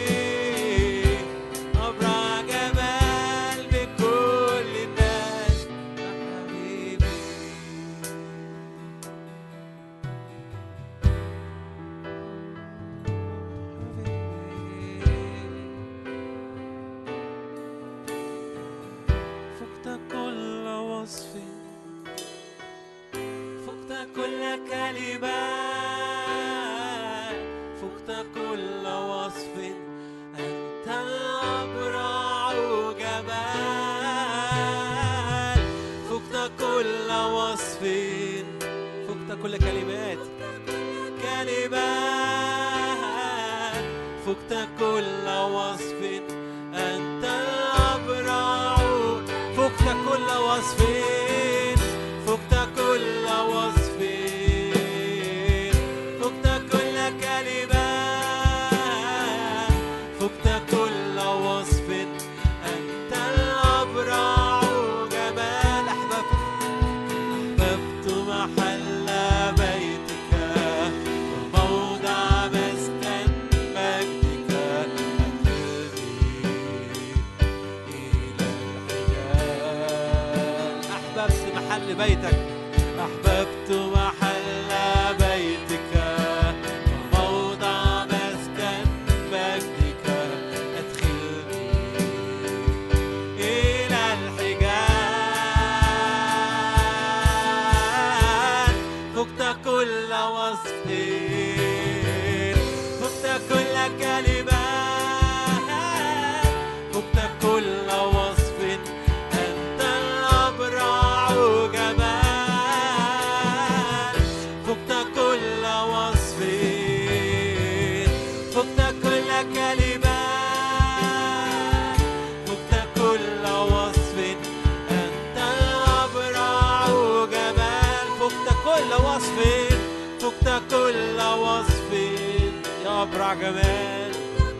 S2: أبرع جمال من كل الناس. ده حبيبي فقت كل وصف، فقت كل كلمة، فقت كل وصف، أنت الأبرع جمال. فقت كل وصف، فقت كل كلمات، كلمات، فقت كل وصف، أنت الأبرع. فقت كل وصف، فقت كل وصف، فقت كل كلمة، فقت كل وصف، أنت الأبرع جمال. أحببت محل بيتك وموضع مسكن مجدك. أحببت محل بيتك، أحببت محل بيتك وموضع مسكن مجدك. أدخلني إلى الحجال. فقت كل وصف، فقت كل كلمة، فقت كل وصف، أنت الأبرع جمال. فقت كل وصف، فقت كل كلمة، فقت كل وصف، أنت الأبرع جمال. فقت كل وصف، فقت كل وصف يا أبرع جمال.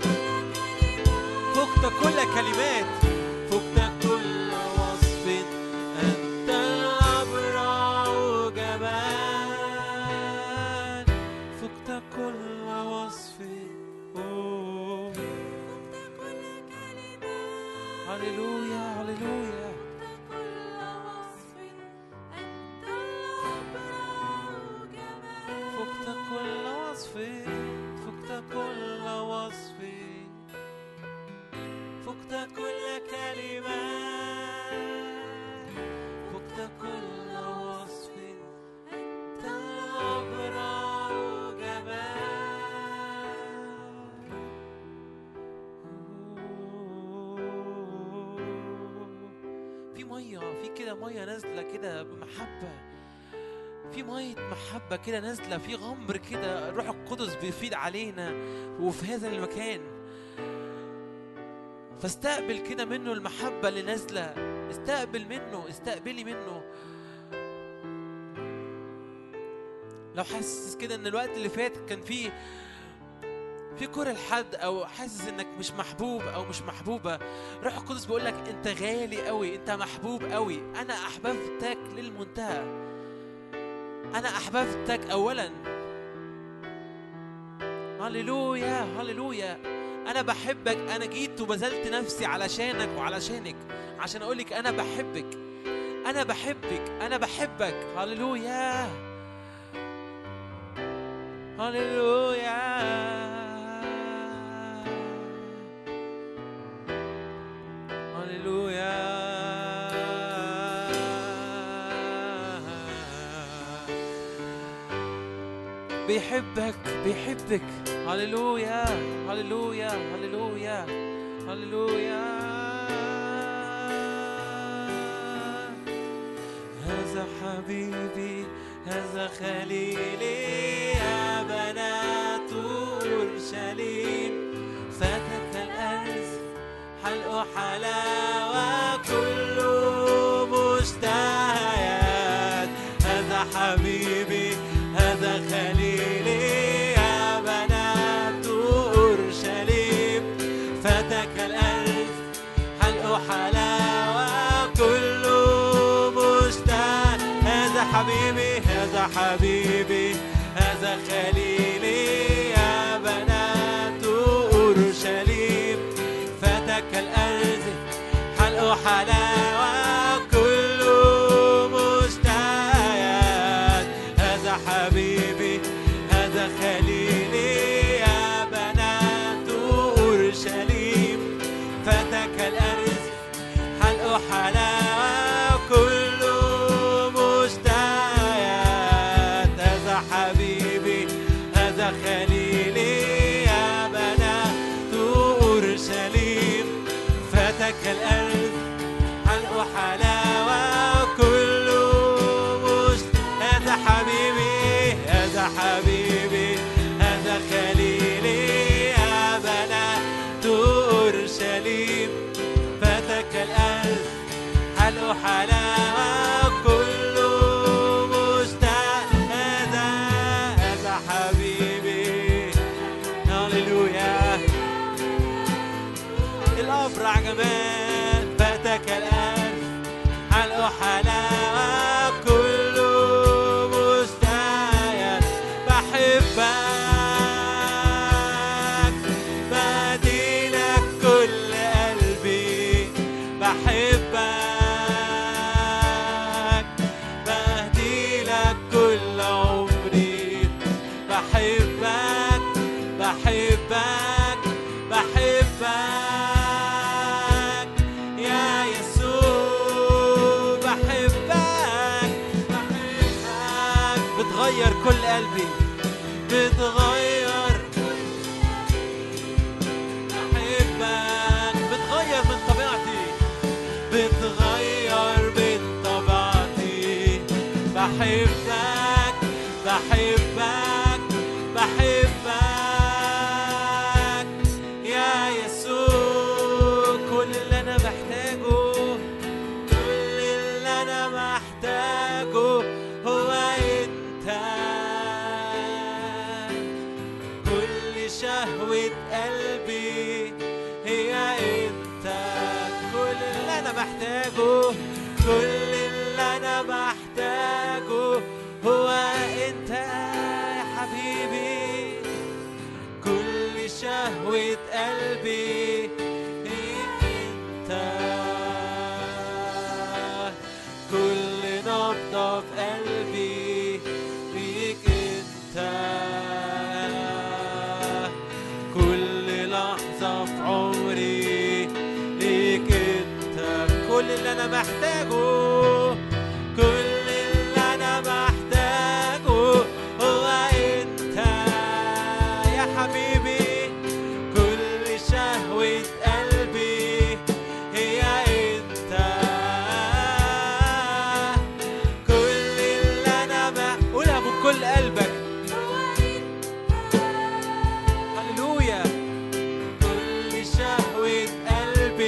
S2: فقت كل كلمات، فقت كل وصف، أنت الأبرع جمال. فقت كل وصف، فقت كل كلمة. هللويا هللويا. فقت كل وصف، فقت كل وصف، فقت كل كلمة، فقت كل وصف، أنت الأبرع جمال. في مية، في كده مية نازلة كده بمحبة، في مية محبة كده نازلة، في غمر كده الروح القدس بيفيض علينا وفي هذا المكان. فاستقبل كده منه المحبة اللي نازلة، استقبل منه، استقبلي منه. لو حاسس كده ان الوقت اللي فات كان فيه كره لحد، او حاسس انك مش محبوب او مش محبوبه، روح القدس بيقول لك انت غالي قوي، انت محبوب قوي. انا احببتك للمنتهى، انا احببتك اولا. هللويا هللويا. انا بحبك، انا جيت وبذلت نفسي علشانك وعلشانك، عشان اقولك انا بحبك، انا بحبك، انا بحبك. هللويا هللويا. هللويا. بيحبك بيحبك. هللويا هللويا هللويا هللويا. هذا حبيبي هذا خليلي يا بنات أورشليم، فتك الأرز حلق حلاوة كل مشتهيات. هذا حبيبي هذا خليلي يا بنات أورشليم، فتك الأرز حلق حلاوة كل مشتهى. هذا حبيبي هذا حبيبي هذا خليلي يا بنات أورشليم، فتك الأرز حلق حلاوة كل مشتهيات. هذا حبيبي هذا خليلي يا بنات أورشليم، فتك الأرز حلق حلاوة كل مشتهيات. هذا حبيبي هذا خليلي يا بنات أورشليم، فتك الأرز حلق حلاوة كل هذا حبيبي هذا حبيبي هذا خليلي يا بنات أورشليم، فتك الأرز حلق حلاوة كل مشتهى. هذا حبيبي. هللويا. الأبرع جمال فتك الأرز حلق حلاوة كل مشتهيات. بحبك بديلك كل قلبي، بحبك بهديلك كل عمري، بحبك بحبك بحبك يا يسوع، بحبك بحبك. بتغير كل قلبي، بتغير، بحبك بتغير من طبيعتي، بتغير من طبيعتي. بحبك بحبك بحبك يا يسوع. كل اللي أنا محتاجه، كل اللي أنا محتاجه هو أنت. كل شهوة قلبي هي أنت. كل اللي أنا محتاجه، كل اللي أنا محتاجه هو أنت يا حبيبي. كل شهوة قلبي هي أنت. كل نبضة في قلبي فيك أنت. كل لحظة في عمري ليك أنت. كل اللي أنا محتاجه، كل اللي أنا محتاجه هو أنت يا حبيبي. كل شهوة قلبي هي أنت. كل اللي أنا بقولها من كل قلبك. هللويا. كل شهوة قلبي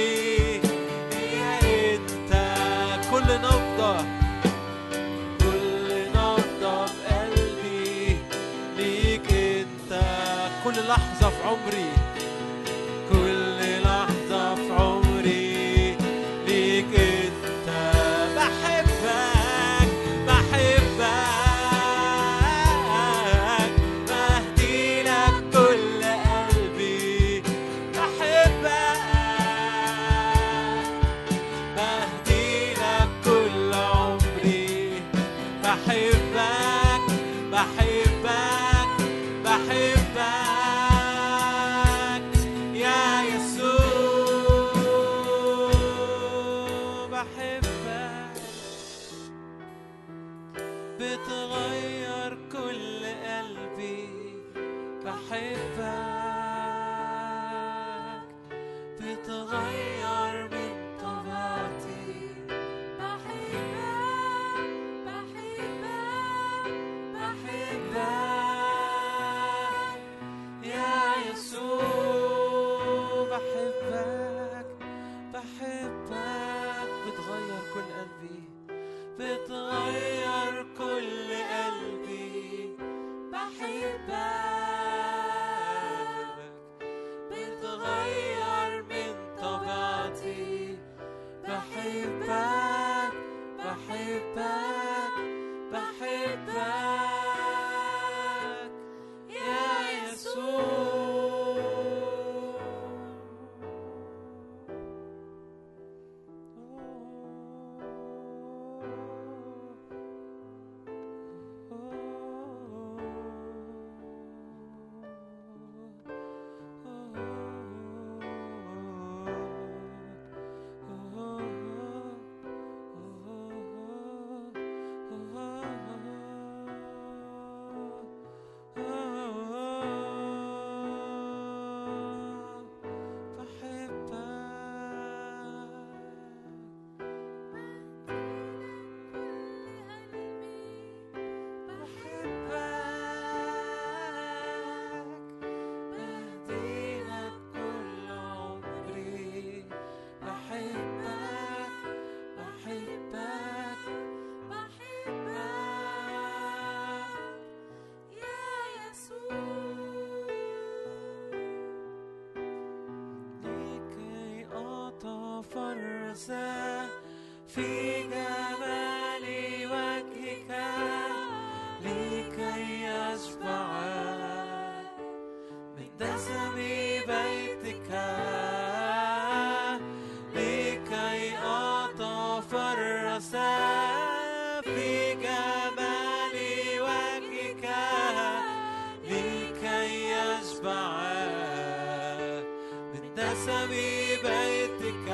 S2: الرساء في جمال وجهك لكي يشبع من دسم بيتك لكي أتفرس في جمال وجهك لكي يشبع من دسم بيتك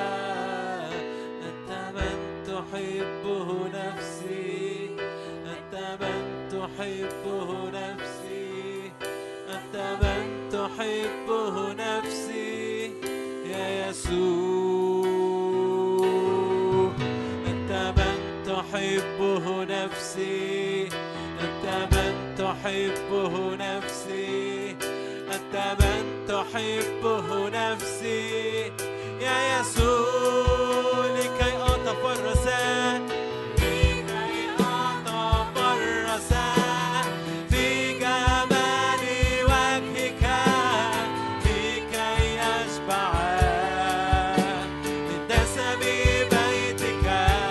S2: أنت من تحبه نفسي أنت من تحبه نفسي أنت من تحبه نفسي يا يسوع أنت من تحبه نفسي أنت من تحبه نفسي أنت من تحبه نفسي يا يسوع لكي أتفرس في جمال وجهك لكي يشبع من دسم بيتك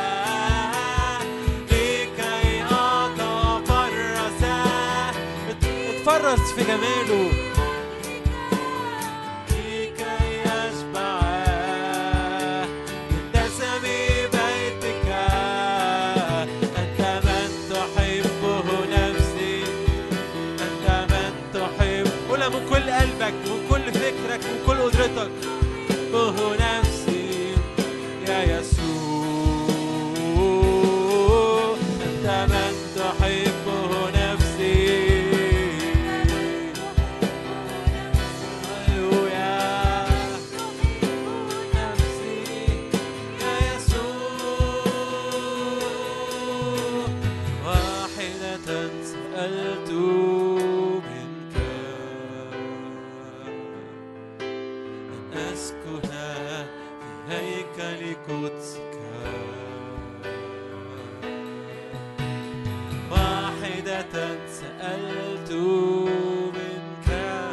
S2: لكي أتفرس اتفرس في جماله من كل قلبك ومن كل فكرك ومن كل قدرتك به نفسي يا يسوع أنت من تحبه نفسي هللويا نفسي يا يسوع واحدة سألت قدسك واحدة سألت منك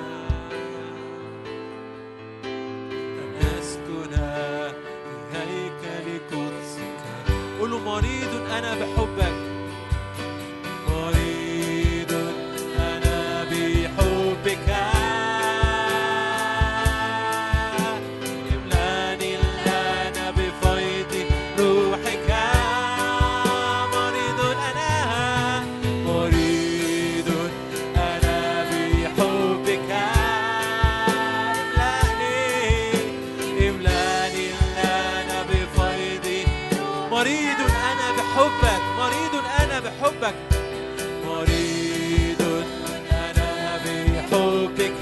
S2: أن أسكن في هيكل قدسك قولوا مريض أنا بحبك مريض أنا بحبك بحبك مريض أنا بحبك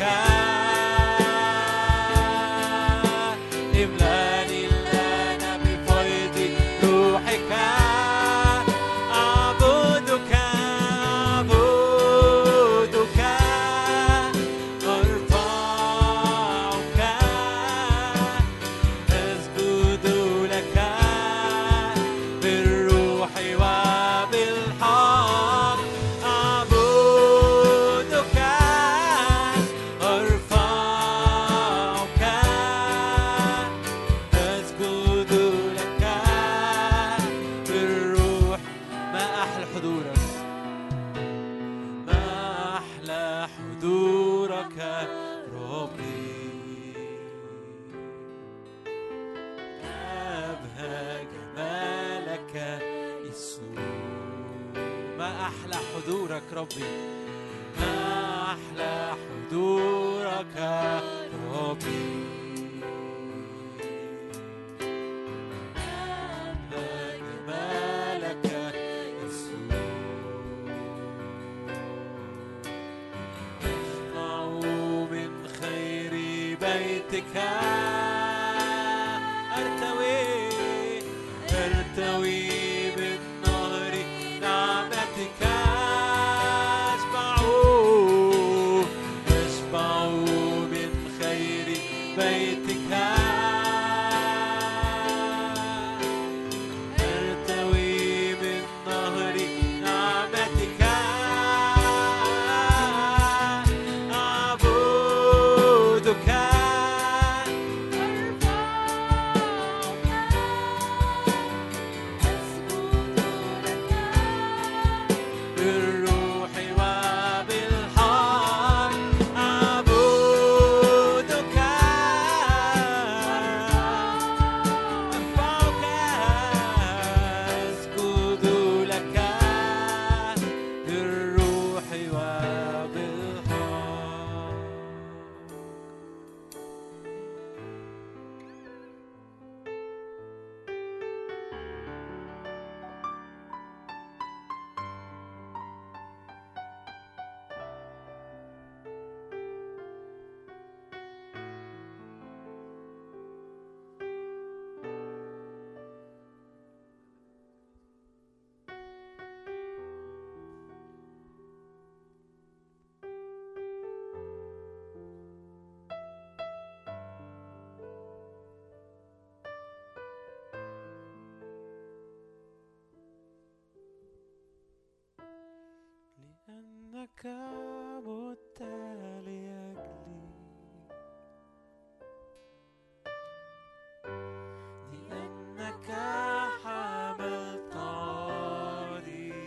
S2: املاني الآن بفيض روحك أعبدك أعبدك أرفعك أسجد لك بالروح حضورك ربي ما أحلى حضورك ربي ما جمالك يسوع أشبع من خير بيتك أرتوي من نهر نعمتك بيتك أرتوي من نهر نعمتك أعبدك مت لأجلي لأنك حملت عاري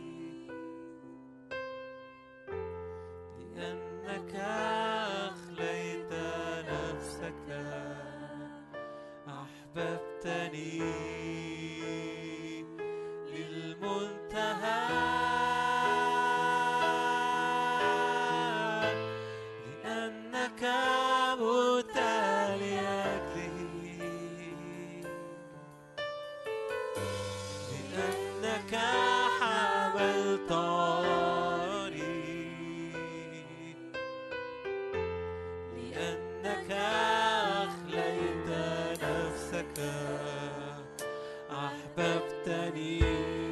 S2: لأنك أخليت نفسك أحببتني للمنتهى لأنك مت لأجلي لأنك حملت عاري لأنك أخليت نفسك أحببتني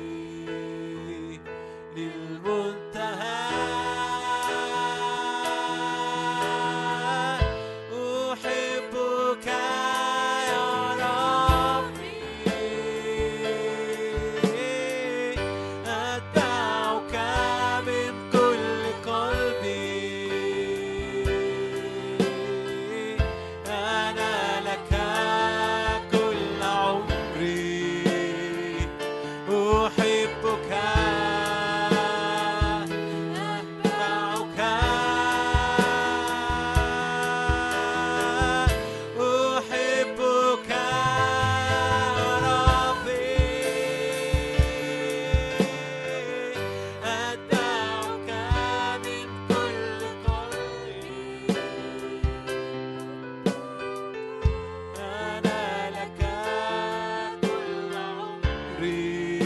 S2: للمنتهى أحبك يا ربي أتبعك من كل قلبي أنا لك كل عمري أحبك أتبعك أحبك ربي أتبعك من كل قلبي أنا لك كل عمري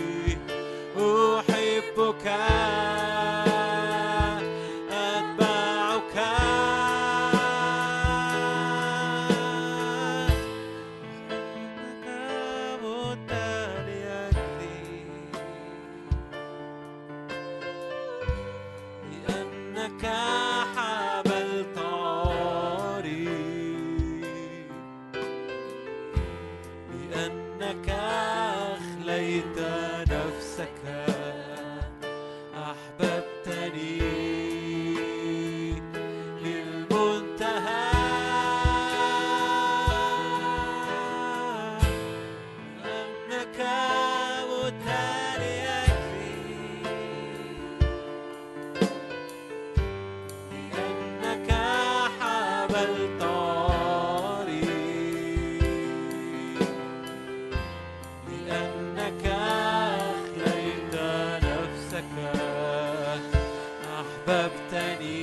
S2: أحبك أتبعك إنك مت لأجلي لأنك حملت عاري لأنك أخليت نفسك أحببتني للمنتهى لأنك مت لأجلي لأنك حملت عاري لأنك أخليت نفسك أحببتني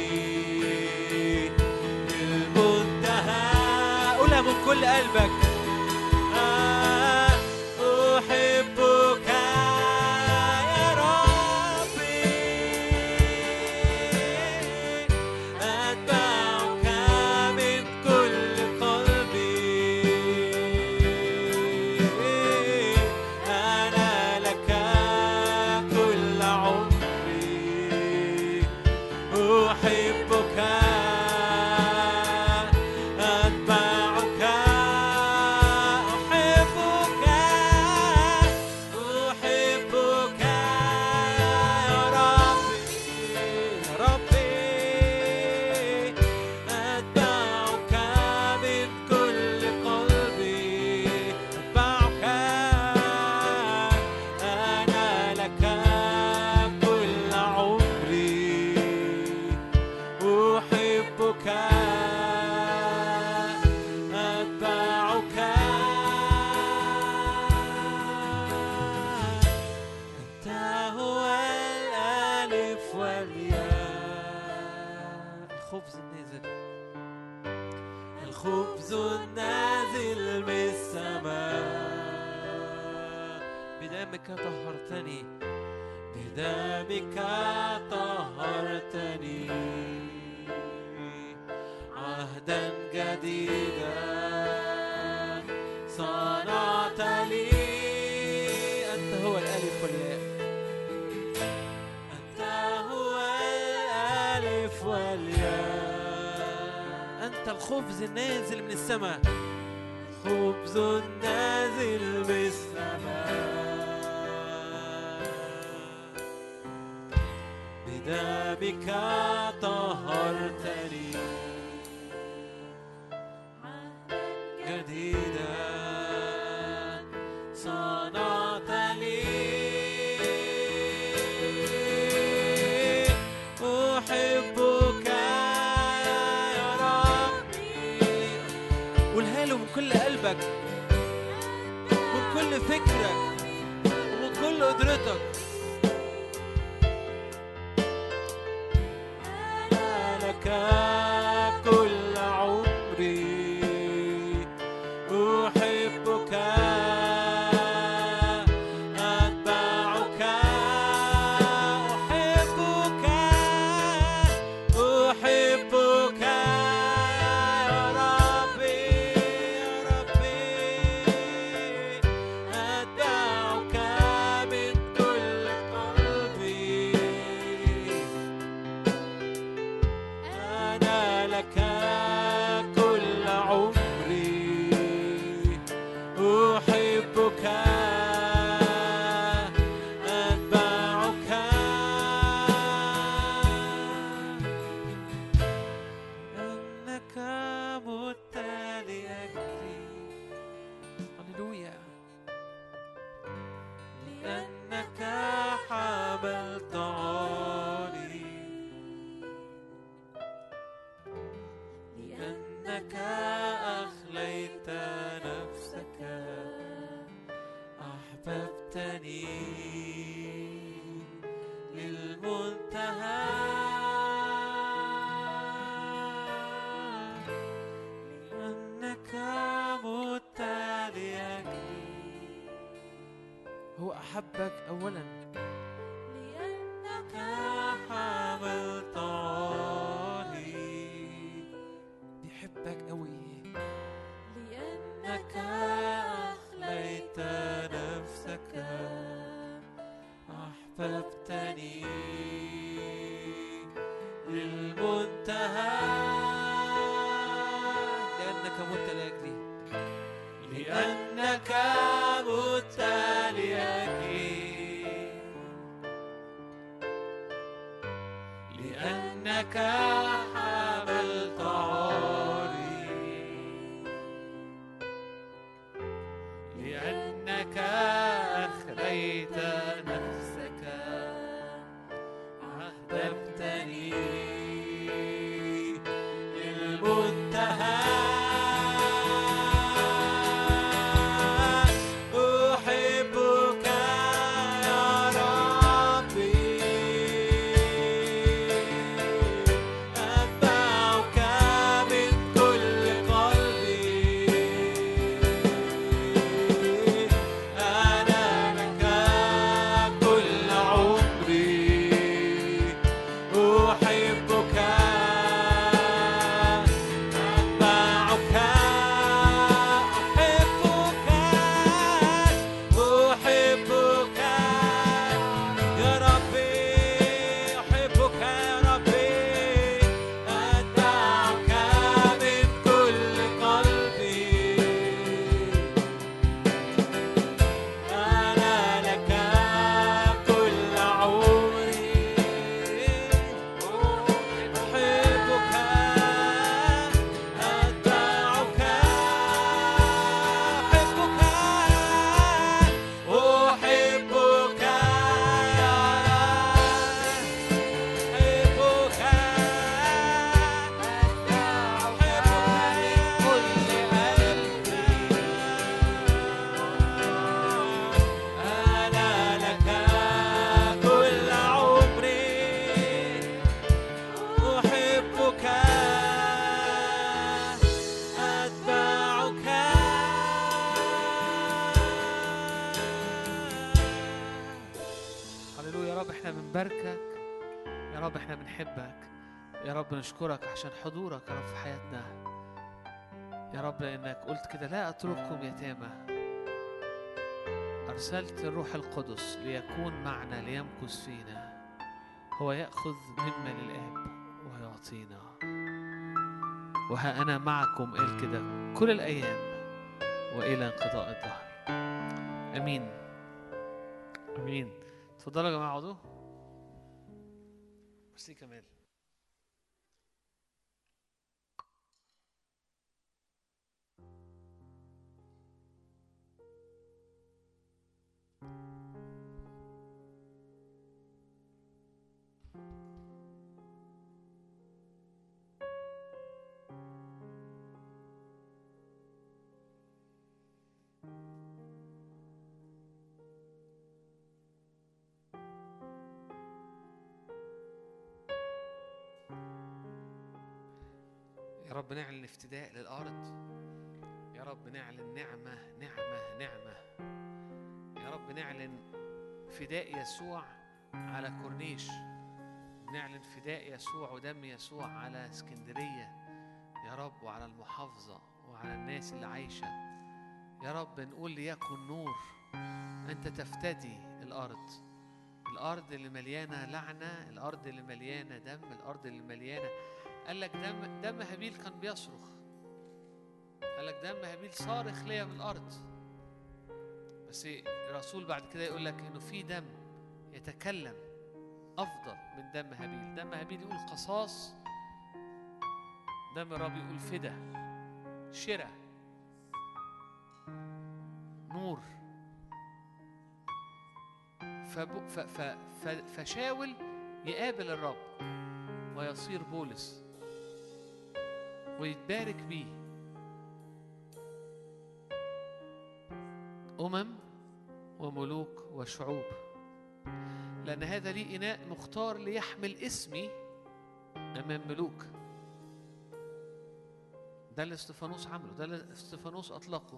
S2: للمنتهى قولها من كل قلبك أحبك يا ربي أتبعك من كل قلبي أنا لك كل عمري أحبك أتبعك أحبك أحبك يا ربي أتبعك من كل قلبي أتبعك أنا لك كل عمري أحبك أتبعك أنت هو الألف والياء الخبز النازل الخبز النازل من السماء بدمك طهرتني بدمك طهرتني عهدا جديدا صنعت لي أنت هو الألف والياء أنت هو الألف والياء أنت الخبز النازل من السماء خبز نازل من السماء بدمك طهرتني جديدا صنعت لي أحبك يا ربي. قولها له من كل قلبك، من كل فكرك، ومن كل قدرتك. أنا لك كل عمري أحبك أتبعك أحبك أحبك يا ربي يا ربي أتبعك من كل قلبي. أنا لك كل عمري أحبك أتبعك أنك مت لأجلي. هللويا. لأنك حملت عاري لأنك أخليت نفسك أحببتني للمنتهى لأنك مت لأجلي. هو أحبك أولا لأنك حملت عاري. بيحبك قوي لأنك أخليت نفسك أحببتني للمنتهى لأنك مت لأجلي لأنك مت لأجلي لأنك حملت عاري لأنك أخليت نفسك أحببتني للمنتهى أحبك يا ربي أتبعك من كل قلبي. أنا لك كل عمري أحبك أتبعك أحبك يا ربي أحبك يا ربي أتبعك من كل قلبي. أنا لك كل عمري أحبك أتبعك أحبك أحبك يا أحبك أحبك كل قلبي. أنا لك كل عمري أحبك أتبعك.
S3: هللويا يا رب، احنا بنباركك يا رب، احنا بنحبك يا رب، نشكرك عشان حضورك يا رب في حياتنا يا رب، لأنك قلت كده لا أترككم يتامى. أرسلت الروح القدس ليكون معنا ليمكث فينا، هو يأخذ مما للآب ويعطينا. وها أنا معكم قال كده كل الأيام وإلى انقضاء الدهر. أمين. أمين. تفضلوا يا جماعة اقعدوا. بس كمال. يا رب نعلن افتداء للأرض. يا رب نعلن نعمة نعمة نعمة. يا رب نعلن فداء يسوع على كورنيش. نعلن فداء يسوع ودم يسوع على اسكندرية يا رب، وعلى المحافظة وعلى الناس اللي عايشة. يا رب نقول ليكن نور. أنت تفتدي الأرض، الأرض اللي مليانة لعنة، الأرض اللي مليانة دم، الأرض اللي مليانة. قال لك دم هابيل كان بيصرخ. قال لك دم هابيل صارخ ليا من الأرض. بس الرسول بعد كده يقول لك إنه في دم يتكلم أفضل من دم هابيل. دم هابيل يقول قصاص، دم الرب يقول فدا، شراء، نور. فشاول يقابل الرب ويصير بولس ويتبارك بيه. وملوك وشعوب، لأن هذا لي إناء مختار ليحمل اسمي أمام ملوك. ده اللي استفانوس عمله، ده اللي استفانوس أطلقه.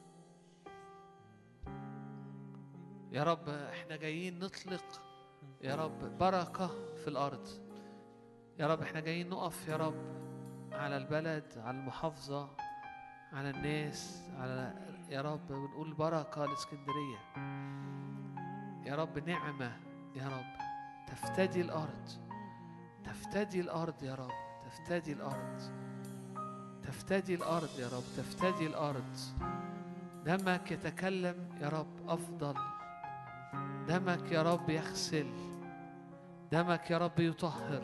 S3: يا رب احنا جايين نطلق يا رب بركة في الأرض. يا رب احنا جايين نقف يا رب على البلد، على المحافظة، على الناس، على يا رب ونقول بركة لإسكندرية. يا رب نعمة يا رب تفتدي الأرض، تفتدي الأرض يا رب، تفتدي الأرض، تفتدي الأرض يا رب، تفتدي الأرض. دمك يتكلم يا رب أفضل. دمك يا رب يغسل، دمك يا رب يطهر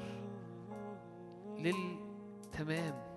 S3: للتمام.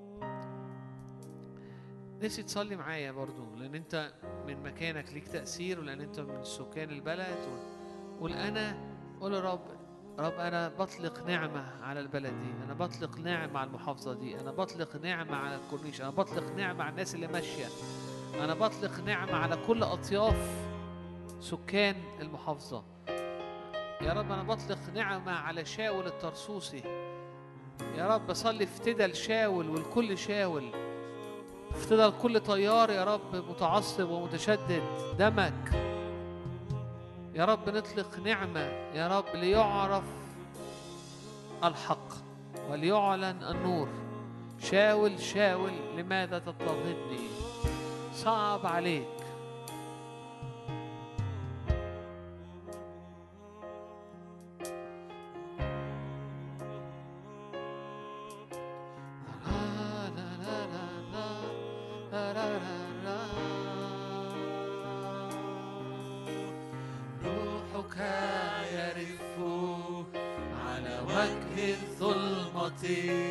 S3: نفسي تصلي معايا برضو، لأن أنت من مكانك ليك تأثير، ولأن أنت من سكان البلد. قول أنا، قول رب أنا بطلق نعمة على البلد دي، أنا بطلق نعمة على المحافظة دي، أنا بطلق نعمة على الكورنيش، أنا بطلق نعمة على الناس اللي ماشية، أنا بطلق نعمة على كل أطياف سكان المحافظة. يا رب أنا بطلق نعمة على شاول الطرسوسي. يا رب صلي افتدى لشاول والكل شاول، افتدى لكل طيار يا رب متعصب ومتشدد. دمك يا رب نطلق نعمة يا رب ليعرف الحق وليعلن النور. شاول شاول لماذا تضطهدني؟ صعب عليك.
S2: روحك يرف على وجه الظلمة،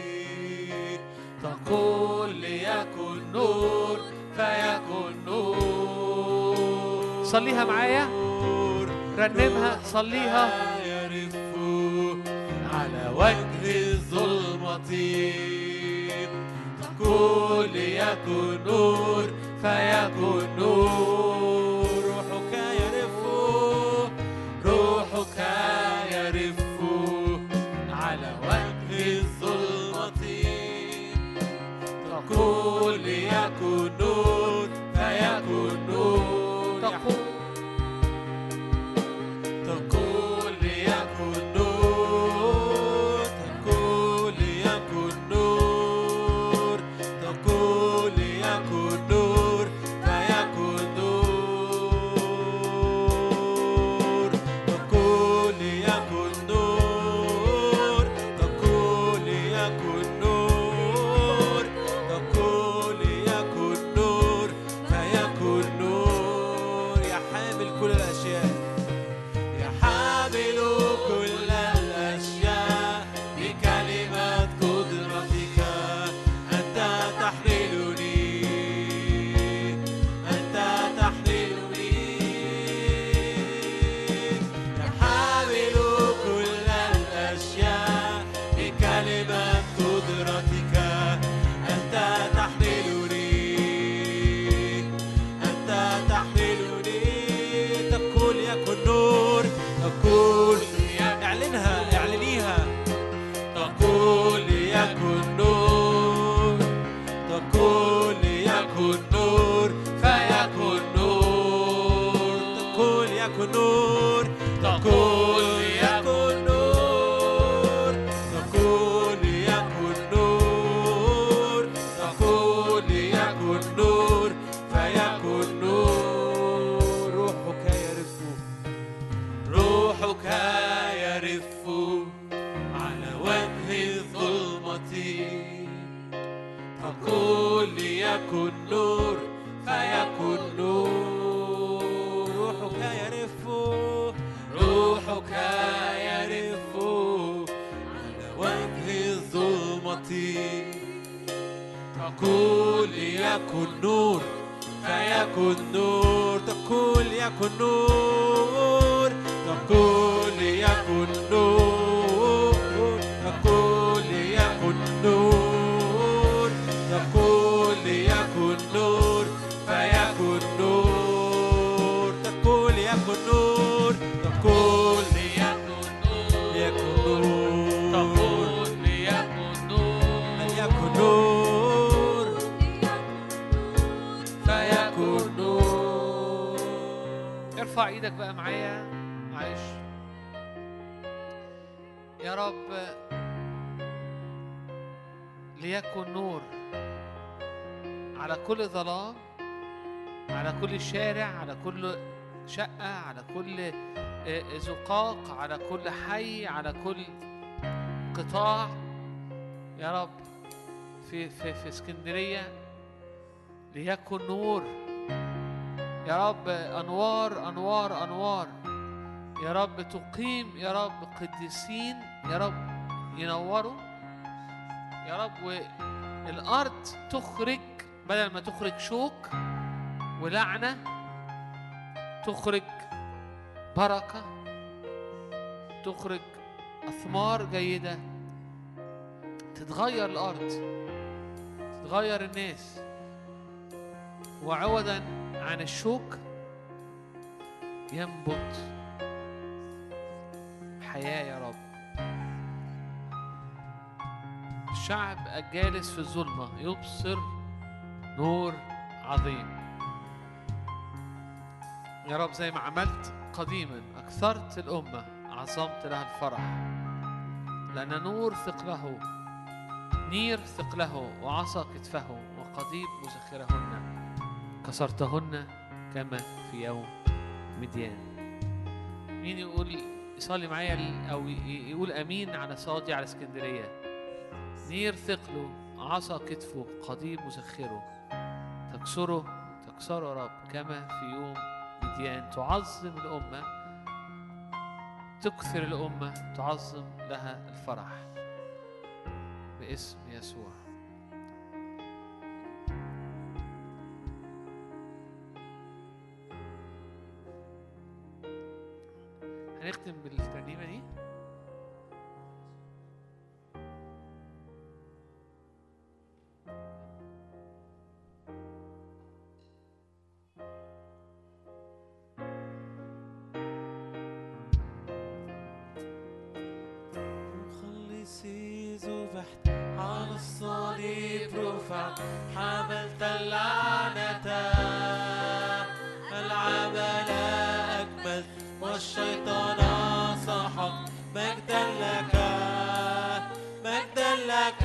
S2: تقول ليكن نور فيكن نور.
S3: صليها معايا، رنمها، صليها.
S2: يرف على وجه الظلمة، تقول ليكن نور فيكن نور. روحك يرف، روحك يرف على وجه الظلمة، تقول ليكن نور فيكن نور. تقول ليكن نور، تقول ليكن نور، تقول ليكن نور فيكن نور. ليكن نور تقول ليكن نور تقول ليكن نور تقول ليكن نور فيكن نور روحك يرف روحك يرف على وجه الظلمة تقول ليكن نور فيكن نور روحك يرف روحك يرف على وجه الظلمة تقول ليكن نور فيكن نور تقول ليكن نور تقول ليكن نور تقول ليكن نور تقول ليكن نور فيكن نور تقول ليكن نور تقول ليكن نور ليكن نور تقول ليكن نور ليكن نور فيكن نور.
S3: ارفع ايدك بقى معايا معلش. يا رب ليكن نور على كل ظلام، على كل شارع، على كل شقة، على كل زقاق، على كل حي، على كل قطاع. يا رب في اسكندرية ليكن نور. يا رب أنوار أنوار أنوار. يا رب تقيم يا رب قديسين يا رب ينوروا يا رب، والأرض تخرج بدل ما تخرج شوك ولعنة تخرج بركة، تخرج أثمار جيدة، تتغير الأرض، تتغير الناس، وعوضا عن الشوك ينبت حياة يا رب. الشعب الجالس في الظلمة يبصر نور عظيم. يا رب زي ما عملت قديما أكثرت الأمة عظمت لها الفرح، لأن نور ثقله نير ثقله وعصا كتفه وقضيب مزخرهن كسرتهن كما في يوم مديان. مين يقول يصلي معايا أو يقول أمين على صادي على اسكندرية؟ نير ثقله عصا كتفه قضيب مزخره تكسره يا رب كما في يوم مديان. تعظم الأمة، تكثر الأمة، تعظم لها الفرح باسم يسوع. هنختم بالترنيمة دي.
S2: مخلصي ذبحت على الصليب رفعت حملت اللعنة العمل أكمل والشيطان سحق مجدا لك مجدا لك.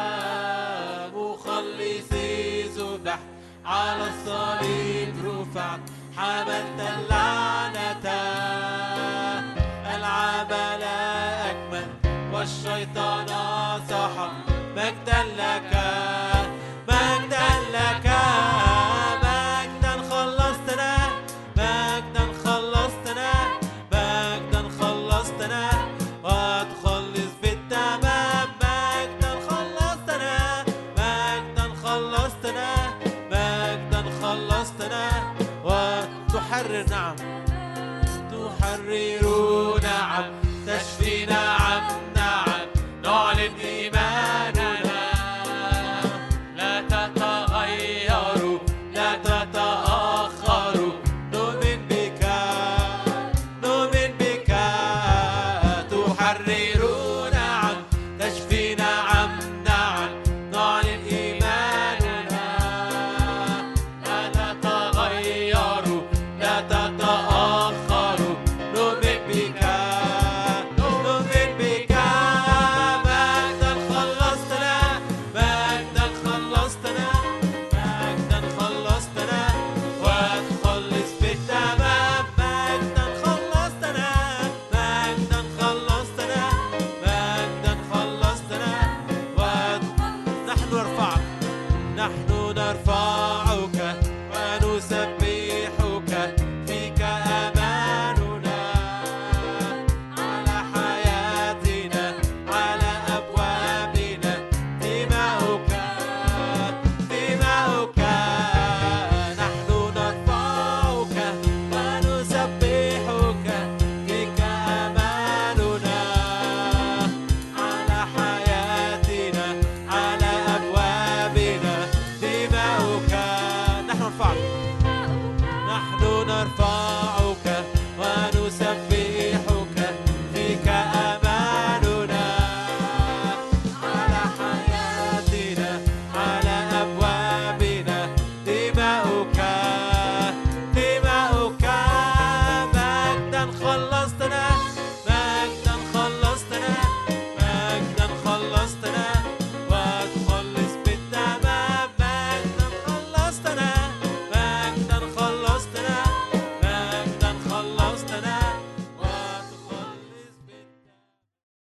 S2: مخلصي ذبحت على الصليب رفعت حملت اللعنة العمل أكمل والشيطان سحق مجدا لك مجدا لك مجدا خلصتنا مجدا خلصتنا مجدا خلصتنا وتخلص بالتمام مجدا خلصتنا مجدا خلصتنا مجدا خلصتنا وتحرر نعم تحرر نعم تشفي نعم نعم نعلن إيماننا لا تتغير لا تتأخر نؤمن بك نؤمن بك تحرر نعم تشفي نعم نعم نعلن إيماننا لا تتغير لا تتأخر نرفعك ونسبحك فيك أماننا على حياتنا على أبوابنا دماؤك مجدا خلصتنا